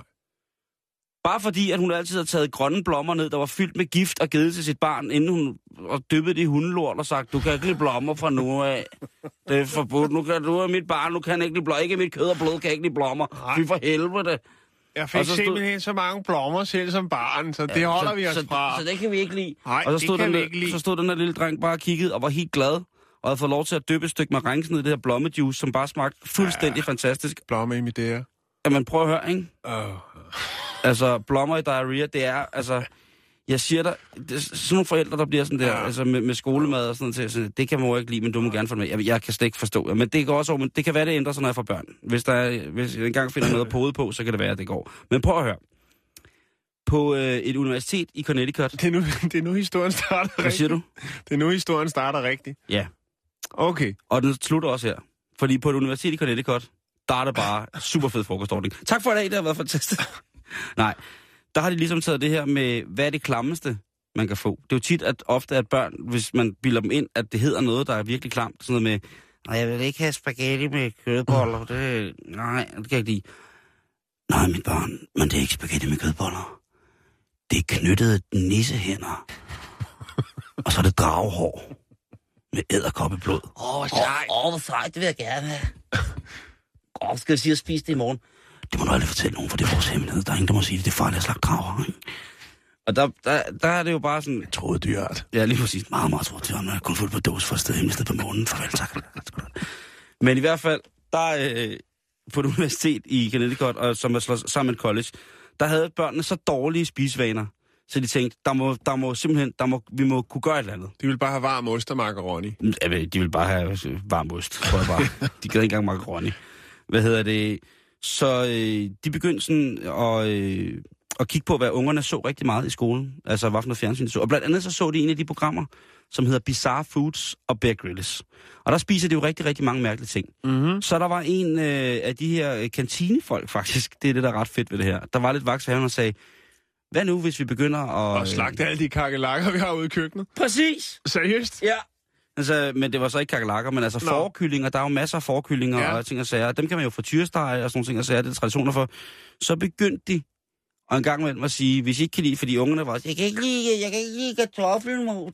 Bare fordi, at hun altid har taget grønne blommer ned, der var fyldt med gift og givet til sit barn, inden hun dyppede det i hundelort og sagt, du kan ikke lide blommer fra nu af. Det er forbudt. Du er mit barn, nu kan ikke lide blommer. Ikke mit kød og blod kan ikke lide blommer. Fy for helvede. Jeg fik simpelthen så mange blommer selv som barn, så det holder vi os fra. Så det kan vi ikke lide. Nej, og så det kan vi ikke lide. Så stod den der lille dreng bare og kiggede og var helt glad. Og havde fået lov til at dyppe et stykke marengs ned i det her blommejuice, som bare smagte fuldstændig fantastisk. Blomme i mit der. Jamen prøv at høre, ikke? Altså, blommer i diarrhea, det er, altså... Jeg siger dig, sådan nogle forældre, der bliver sådan der, altså med skolemad og sådan noget, så det kan man jo ikke lide, men du må gerne få det med. Jeg kan slet ikke forstå. Men det går også over, men det kan være, det ændrer sig, når jeg får børn. Hvis jeg engang finder noget på hovedet på, så kan det være, at det går. Men prøv at høre. På et universitet i Connecticut... Det er nu historien starter rigtigt. Hvad siger du? Det er nu historien starter rigtigt. Ja. Okay. Og den slutter også her. Fordi på et universitet i Connecticut, der er det bare super fed frokostordning. Tak for i dag, det har været fantastisk. Nej, der har de ligesom taget det her med, hvad er det klammeste, man kan få. Det er jo tit, at ofte at børn, hvis man bilder dem ind, at det hedder noget, der er virkelig klamt. Sådan noget med, nej, jeg vil ikke have spaghetti med kødboller. Nej, det kan jeg ikke lide. Nej, mit barn, men det er ikke spaghetti med kødboller. Det er knyttede nissehænder. Og så er det dragehår med edderkoppeblod. Hvor sejt, det vil jeg gerne have. Skal jeg sige at spise det i morgen? Det må du aldrig fortælle nogen, for det er vores hemmelighed. Der er ingen, der må sige det. Det er farligt at slagte drager. Og der er det jo bare sådan... Troede dyrt. Ja, lige præcis. Meget, meget troede dyrt. Man har kun fuldt på dåse for et sted hemmelighed på månen. Farvel, tak. Men i hvert fald, der på et universitet i Connecticut, og som er slået sammen med college, der havde børnene så dårlige spisevaner, så de tænkte, vi må kunne gøre et eller andet. De ville bare have varm ost og macaroni. Ja, de ville bare have varm ost, tror jeg bare. De gad ikke engang macaroni. Så de begyndte sådan at kigge på, hvad ungerne så rigtig meget i skolen. Altså, hvad for noget fjernsyn de så. Og blandt andet så de en af de programmer, som hedder Bizarre Foods og Bear Grylls. Og der spiser de jo rigtig, rigtig mange mærkelige ting. Mm-hmm. Så der var en af de her kantinefolk faktisk, det er det, der er ret fedt ved det her. Der var lidt vaks ved ham og sagde, hvad nu, hvis vi begynder at... Og slagte alle de kakelakker, vi har ude i køkkenet? Præcis! Seriøst? Ja. Altså, men det var så ikke kakelakker, men altså forkyllinger. Der er jo masser af forkyllinger og ting og sager. Dem kan man jo frityrestege og sådan nogle ting og sager. Det er traditioner for. Så begyndte de Og en gang imellem at sige, hvis I ikke kan lide, fordi ungerne var, jeg kan ikke lide kartoffelmos,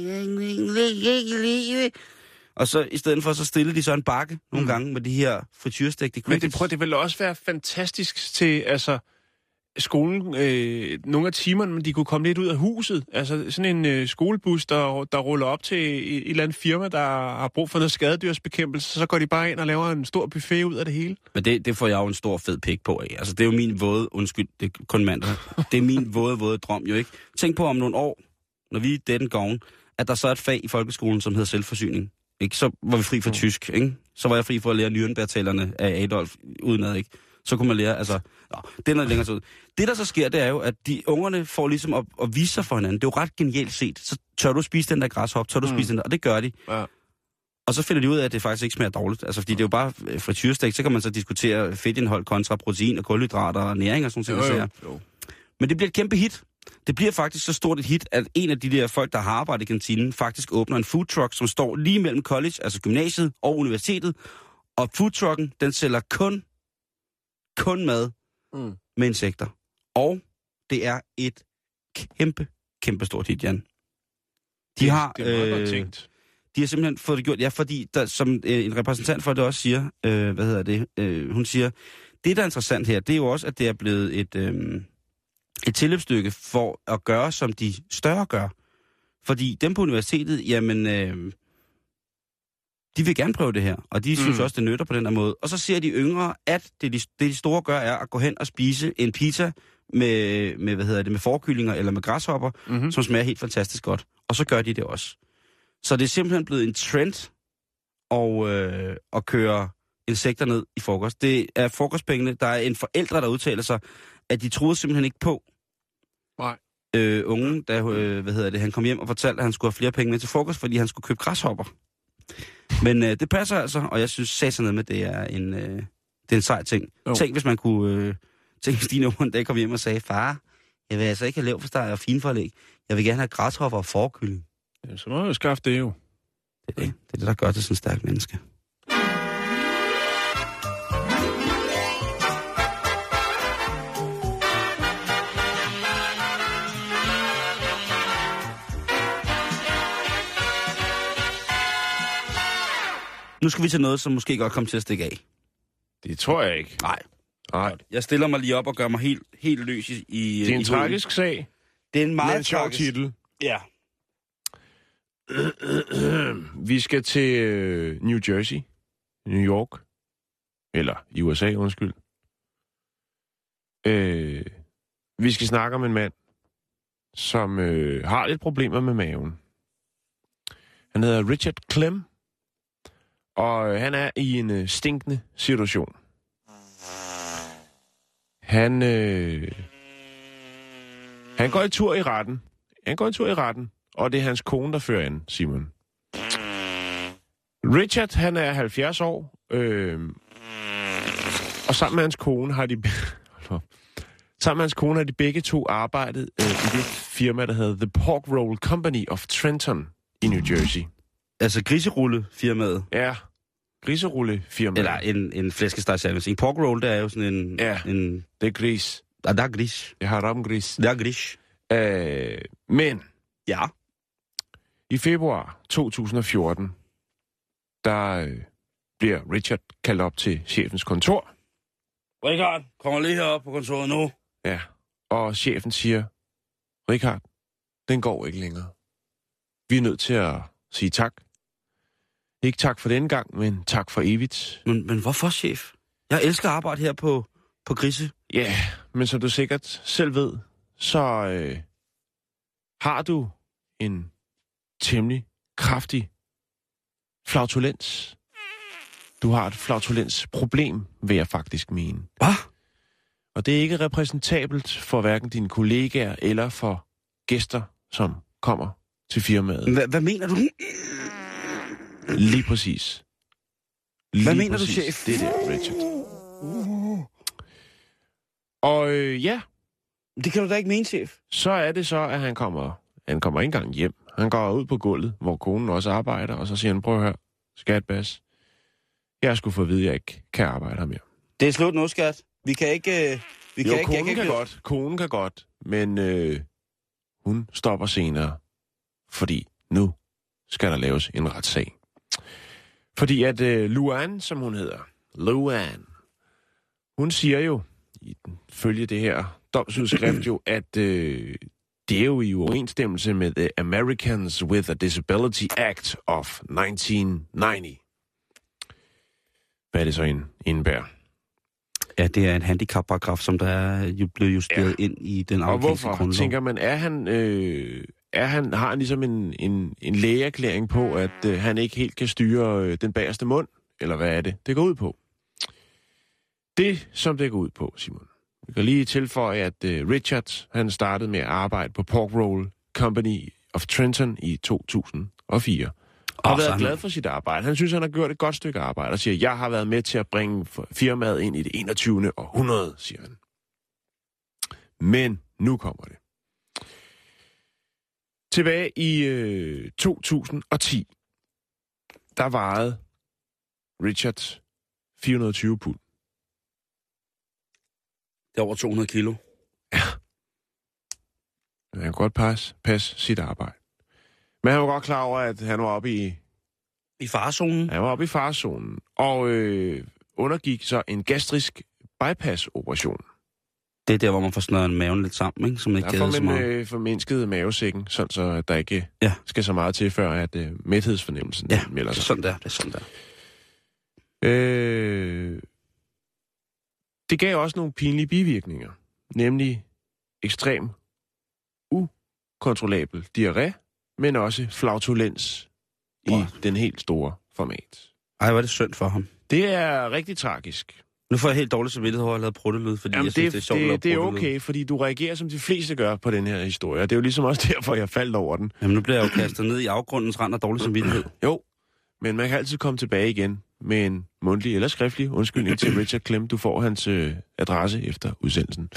og så i stedet for, så stille de så en bakke nogle gange med de her frityrstegte crickets. Men det vil også være fantastisk til, altså, skolen, nogle af timerne, men de kunne komme lidt ud af huset. Altså sådan en skolebus, der ruller op til et eller andet firma, der har brug for noget skadedyrsbekæmpelse, så går de bare ind og laver en stor buffet ud af det hele. Men det får jeg jo en stor fed pik på af. Altså det er jo min våde, undskyld, det er kun mandag. Det er min våde drøm jo ikke. Tænk på om nogle år, når vi er den gården, at der så er et fag i folkeskolen, som hedder selvforsyning. Ikke? Så var vi fri for tysk, ikke? Så var jeg fri for at lære Nürnberg-talerne af Adolf udenad, ikke? Så kunne man lære, altså, det er noget længere tid. Det, der så sker, det er jo, at de ungerne får ligesom at vise sig for hinanden. Det er jo ret genialt set. Så tør du spise den der græshop, tør du spise den der, og det gør de. Ja. Og så finder de ud af, at det faktisk ikke smager dårligt. Altså, fordi det er jo bare frityrstek, så kan man så diskutere fedtindhold kontra protein og kulhydrater og næring og sådan noget. Jo. Men det bliver et kæmpe hit. Det bliver faktisk så stort et hit, at en af de der folk, der har arbejdet i kantinen, faktisk åbner en food truck, som står lige mellem college, altså gymnasiet og universitetet. Og foodtrucken, den sælger kun mad med insekter. Og det er et kæmpe stort hit, Jan. De har simpelthen fået det gjort, ja, fordi der, som en repræsentant for det også siger, hun siger, det der er interessant her, det er jo også, at det er blevet et tilløbsstykke for at gøre, som de større gør. Fordi dem på universitetet, jamen, de vil gerne prøve det her, og de synes også, det nytter på den her måde. Og så ser de yngre, at det de store gør, er at gå hen og spise en pizza med forkyllinger eller med græshopper, som smager helt fantastisk godt. Og så gør de det også. Så det er simpelthen blevet en trend at køre insekter ned i frokost. Det er frokostpengene. Der er en forældre, der udtaler sig, at de troede simpelthen ikke på, ungen, da han kom hjem og fortalte, at han skulle have flere penge med til frokost, fordi han skulle købe græshopper. Men det passer altså, og jeg synes satsen med, det er en sej ting. Tænk, hvis man kunne... tænk, hvis dine unger en dag kom hjem og sagde, far, jeg vil altså ikke have leverpostej og finforlæg. Jeg vil gerne have græshopper og forkylling. Ja, så må jeg jo skaffe det jo. Det er det, der gør det sådan en stærk menneske. Nu skal vi til noget, som måske godt kommer til at stikke af. Det tror jeg ikke. Nej. Jeg stiller mig lige op og gør mig helt løs i det er en tragisk sag. Det er en meget sjov titel. Ja. Vi skal til New Jersey, New York, eller i USA, undskyld. Vi skal snakke om en mand, som har lidt problemer med maven. Han hedder Richard Clem. Og han er i en stinkende situation. Han går en tur i retten. Og det er hans kone, der fører an, Simon. Richard, han er 70 år. Og sammen med hans kone har de begge to arbejdet i det firma, der hedder The Pork Roll Company of Trenton i New Jersey. Altså griserulle-firmaet? Ja, griserulle-firmaet. Eller en flæskestegsservice. En pork roll, det er jo sådan en... Ja, det er gris. Ja, det er gris. Jeg har ramgris. Det er gris. Men... Ja. I februar 2014, der bliver Richard kaldt op til chefens kontor. Richard, kommer lige herop på kontoret nu. Ja, og chefen siger, Richard, den går ikke længere. Vi er nødt til at sige tak. Ikke tak for denne gang, men tak for evigt. Men hvorfor, chef? Jeg elsker at arbejde her på Grise. Ja, men som du sikkert selv ved, så har du en temmelig kraftig flautulens. Du har et flautulensproblem, vil jeg faktisk mene. Hvad? Og det er ikke repræsentabelt for hverken dine kollegaer eller for gæster, som kommer til firmaet. Hvad mener du? Lige præcis. Hvad mener du, chef? Det er det, Richard. Og ja. Det kan du da ikke mene, chef. Så er det så, at han kommer ikke engang hjem. Han går ud på gulvet, hvor konen også arbejder, og så siger han, prøv at høre, skatbas. Jeg skulle få at vide, at jeg ikke kan arbejde her mere. Det er slut nu, skat. Vi kan ikke Konen kan godt, men hun stopper senere, fordi nu skal der laves en retssag. Fordi at Luan, som hun hedder, Luan, hun siger jo, følge det her domsudskrift jo, at det er jo i uoverensstemmelse med The Americans with a Disability Act of 1990. Hvad er det så indebærer? Ja, det er en handicapparagraf, som der er jo blevet justeret ind i den amerikanske grundlov. Og hvorfor, tænker man, har han ligesom en lægeerklæring på, at han ikke helt kan styre den bagerste mund? Eller hvad er det, det går ud på? Det, som det går ud på, Simon. Vi kan lige tilføje, at Richard, han startede med at arbejde på Pork Roll Company of Trenton i 2004. Og har været glad for sit arbejde. Han synes, han har gjort et godt stykke arbejde, og siger, jeg har været med til at bringe firmaet ind i det 21. århundrede, siger han. Men nu kommer det. Tilbage i 2010, der vejede Richard 420 pund. Det er over 200 kilo. Ja. Han kan godt passe sit arbejde. Men han var godt klar over, at han var oppe i farezonen. Han var oppe i farezonen. Og undergik så en gastrisk bypass-operation. Det er der, hvor man får snøret maven lidt sammen, ikke? Som ikke der får man formindsket mavesækken, sådan så der ikke skal så meget til, før at mæthedsfornemmelsen melder sig. Sådan der. Det er sådan der. Det gav også nogle pinlige bivirkninger. Nemlig ekstrem ukontrollabel diarré, men også flautulens i den helt store format. Ej, hvor er det synd for ham. Det er rigtig tragisk. Nu får jeg helt dårligt samvittighed over at have lavet pruttelyd, fordi jeg synes, det er sjovt at lave det er okay, fordi du reagerer, som de fleste gør på den her historie. Det er jo ligesom også derfor, jeg faldt over den. Jamen, nu bliver jeg jo kastet ned i afgrundens rand af dårlig samvittighed. Jo, men man kan altid komme tilbage igen med en mundtlig eller skriftlig undskyldning til Richard Clem. Du får hans adresse efter udsendelsen.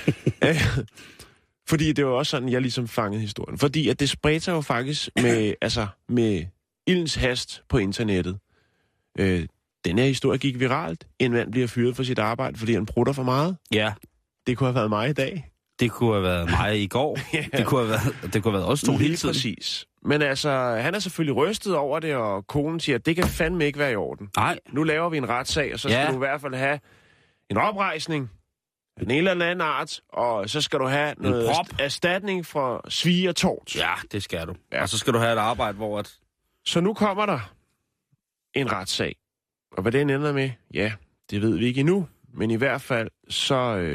Fordi det var også sådan, jeg ligesom fangede historien. Fordi at det spredte sig jo faktisk med ildens hast på internettet. Den her historie gik viralt. En mand bliver fyret for sit arbejde, fordi han prutter for meget. Ja. Det kunne have været mig i dag. Det kunne have været mig i går. Ja. Det kunne have været også to hele tiden. Præcis. Men altså, han er selvfølgelig rystet over det, og konen siger, at det kan fandme ikke være i orden. Nej. Nu laver vi en retssag, og så skal du i hvert fald have en oprejsning af en eller anden art, og så skal du have noget erstatning for svig og tort. Ja, det skal du. Ja. Og så skal du have et arbejde, hvor at... Så nu kommer der en retssag. Og hvad den ender med, ja, det ved vi ikke endnu. Men i hvert fald, så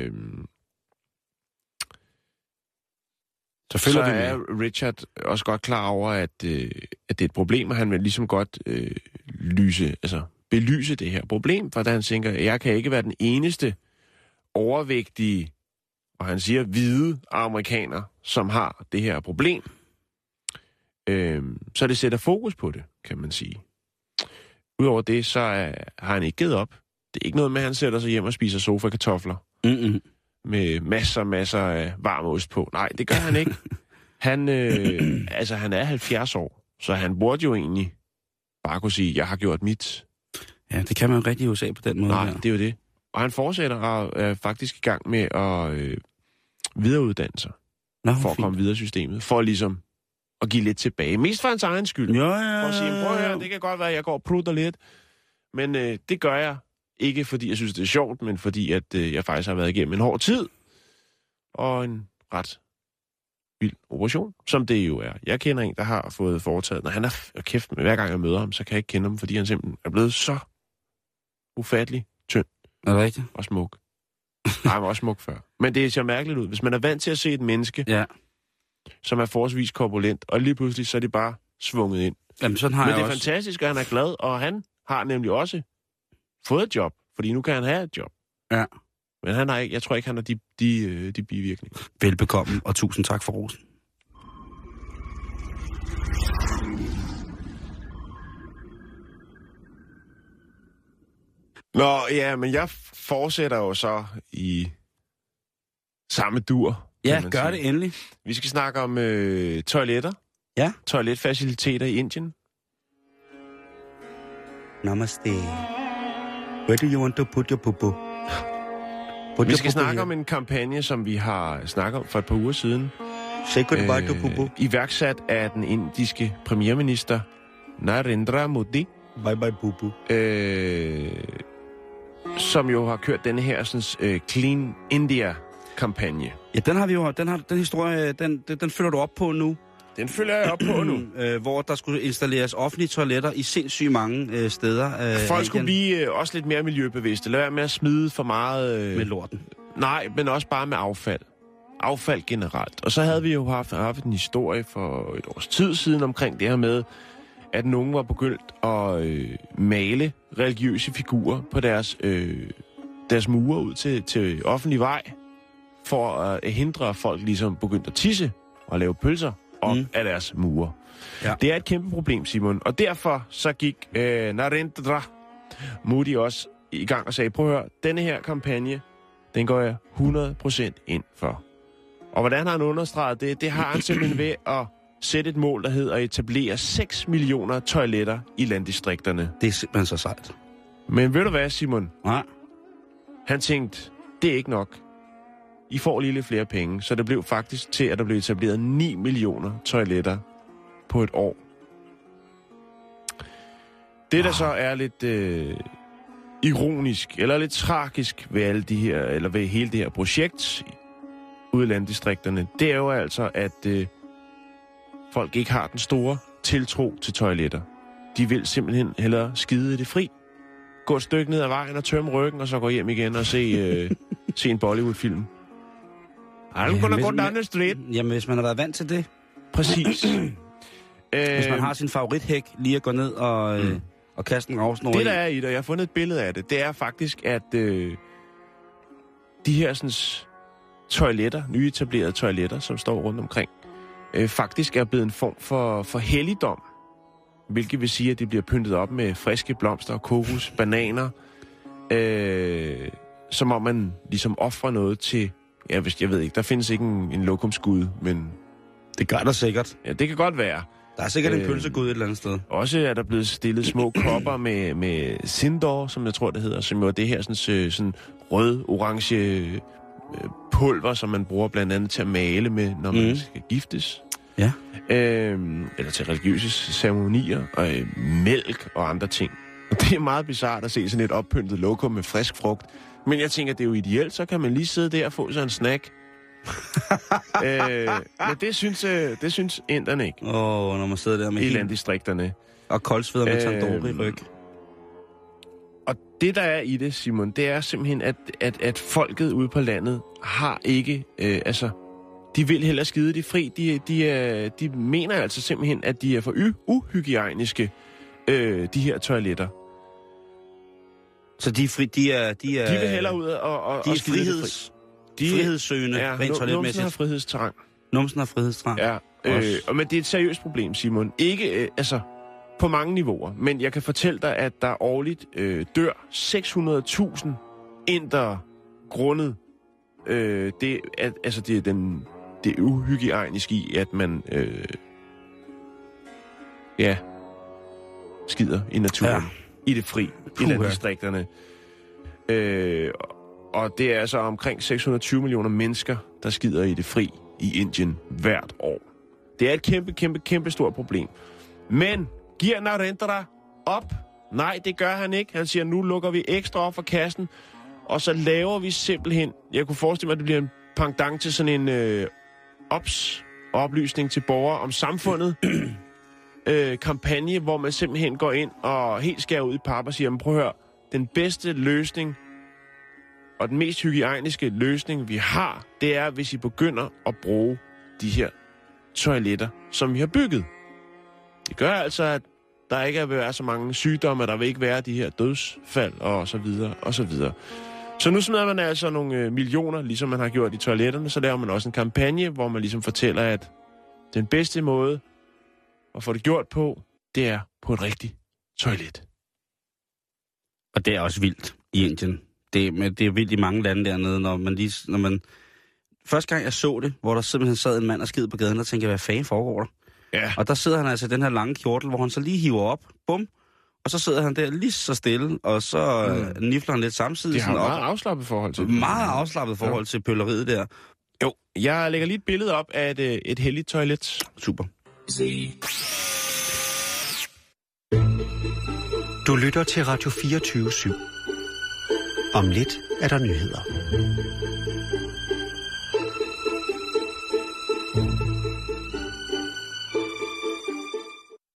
er Richard også godt klar over, at det er et problem, og han vil ligesom godt belyse det her problem, for da han tænker, jeg kan ikke være den eneste overvægtige, og han siger hvide amerikaner, som har det her problem. Så det sætter fokus på det, kan man sige. Udover det, så har han ikke givet op. Det er ikke noget med, at han sætter sig hjem og spiser sofa-kartofler. Med masser af varm ost på. Nej, det gør han ikke. Han er 70 år, så han burde jo egentlig bare kunne sige, jeg har gjort mit. Ja, det kan man jo rigtig i USA på den måde. Nej, det er jo det. Og han fortsætter og er faktisk i gang med at videreuddanne sig. For at komme videre i systemet. For ligesom at give lidt tilbage. Mest for hans egen skyld. Ja. For at sige, prøv at høre, det kan godt være, at jeg går og prutter lidt. Men det gør jeg ikke, fordi jeg synes, det er sjovt, men fordi at jeg faktisk har været igennem en hård tid. Og en ret vild operation, som det jo er. Jeg kender en, der har fået foretaget. Når han er kæft med, hver gang jeg møder ham, så kan jeg ikke kende ham, fordi han simpelthen er blevet så ufattelig tynd. Er det rigtigt? Og smuk. Nej, han var også smuk før. Men det ser mærkeligt ud. Hvis man er vant til at se et menneske, som er forholdsvis korpulent, og lige pludselig så er det bare svunget ind. Jamen, sådan har men jeg det er også. Fantastisk, at han er glad, og han har nemlig også fået et job, fordi nu kan han have et job. Ja. Men han har ikke, jeg tror ikke, han har de bivirkninger. Velbekomme, og tusind tak for rosen. Nå, ja, men jeg fortsætter jo så i samme dur. Ja, gør det endelig. Vi skal snakke om toiletter. Ja. Toiletfaciliteter i Indien. Namaste. Where do you want to put your poo-poo? Vi skal snakke om en kampagne, som vi har snakket om for et par uger siden. Iværksat af den indiske premierminister Narendra Modi. Bye bye bubu. Som jo har kørt denne her sådan, Clean India-kampagne. Ja, den har vi jo. Den historie, den følger du op på nu. Den følger jeg op på nu. Hvor der skulle installeres offentlige toiletter i sindssygt mange steder. Folk skulle blive også lidt mere miljøbevidste. Lad være med at smide for meget... Med lorten. Nej, men også bare med affald. Affald generelt. Og så havde vi jo haft en historie for et års tid siden omkring det her med, at nogen var begyndt at male religiøse figurer på deres mure ud til offentlig vej, for at hindre, at folk ligesom begyndte at tisse og lave pølser op af deres mure. Ja. Det er et kæmpe problem, Simon. Og derfor så gik Narendra Modi også i gang og sagde, prøv at høre, denne her kampagne, den går jeg 100% ind for. Og hvordan har han understreget det? Det har han simpelthen ved at sætte et mål, der hedder at etablere 6 millioner toiletter i landdistrikterne. Det er simpelthen så sejt. Men ved du hvad, Simon? Nej. Han tænkte, det er ikke nok. I får lige lidt flere penge, så det blev faktisk til, at der blev etableret 9 millioner toiletter på et år. Det, der så er lidt ironisk, eller lidt tragisk ved alle de her, eller ved hele det her projekt ude i landdistrikterne, det er jo altså, at folk ikke har den store tiltro til toiletter. De vil simpelthen hellere skide i det fri. Gå et stykke ned ad vejen og tømme ryggen, og så gå hjem igen og se en Bollywood-film. I'm gonna go down the street. Jamen, hvis man har været vant til det. Præcis. Hvis man har sin favorithæk, lige at gå ned og kaste en ravsnor i. Det, der er i det, og jeg har fundet et billede af det, det er faktisk, at de her sådan, toiletter, nyetablerede toiletter, som står rundt omkring, faktisk er blevet en form for helligdom. Hvilket vil sige, at de bliver pyntet op med friske blomster, kokos, bananer. Som om man ligesom offrer noget til... Ja, jeg ved ikke, der findes ikke en lokumsgud, men... Det gør der sikkert. Ja, det kan godt være. Der er sikkert en pølsegud et eller andet sted. Også er der blevet stillet små kopper med Sindor, som jeg tror, det hedder, som jo er det her sådan rød-orange pulver, som man bruger blandt andet til at male med, når man skal giftes. Ja. Eller til religiøse ceremonier, og mælk og andre ting. Og det er meget bizarrt at se sådan et oppyntet lokum med frisk frugt. Men jeg tænker, det er jo ideelt, så kan man lige sidde der og få sig en snack. Men det synes inderne ikke. Når man sidder der med i landdistrikterne. Og koldsveder med tandoori i ryg. Og det, der er i det, Simon, det er simpelthen, at folket ude på landet har ikke... de vil hellere skide de fri. De mener altså simpelthen, at de er for uhygiejniske, de her toiletter. Så de vil hellere ud og skide de fri. Frihedssøgende, rent toiletmæssigt. Numsen har frihedstrang. Numsen har frihedstrang. Ja, men det er et seriøst problem, Simon. Ikke, på mange niveauer. Men jeg kan fortælle dig, at der årligt dør 600.000 indere grundet det er uhygiejnisk i, at man skider i naturen, i det fri, i landdistrikterne. Og det er altså omkring 620 millioner mennesker, der skider i det fri i Indien hvert år. Det er et kæmpe stort problem. Men giver Narendra op? Nej, det gør han ikke. Han siger, nu lukker vi ekstra op for kassen, og så laver vi simpelthen... Jeg kunne forestille mig, at det bliver en pendant til sådan en oplysning til borgere om samfundet. Kampagne, hvor man simpelthen går ind og helt skærer ud i pap og siger, prøv at høre, den bedste løsning og den mest hygiejniske løsning, vi har, det er, hvis I begynder at bruge de her toiletter, som vi har bygget. Det gør altså, at der ikke vil være så mange sygdomme, der vil ikke være de her dødsfald, og så videre, og så videre. Så nu smider man altså nogle millioner, ligesom man har gjort i toiletterne, så laver man også en kampagne, hvor man ligesom fortæller, at den bedste måde at få det gjort på, det er på et rigtigt toilet. Og det er også vildt i Indien. Det er vildt i mange lande dernede, når man... Første gang jeg så det, hvor der simpelthen sad en mand og skid på gaden, der tænkte jeg, hvad fanden foregår der? Ja. Og der sidder han altså i den her lange kjortel, hvor han så lige hiver op, bum, Og så sidder han der lige så stille, og så nifler han lidt samtidig. Det har sådan meget afslappet forhold til det. Meget afslappet forhold til pølleriet der. Jo, jeg lægger lige et billede op af et helligt toilet. Super. Du lytter til Radio 24/7. Om lidt er der nyheder.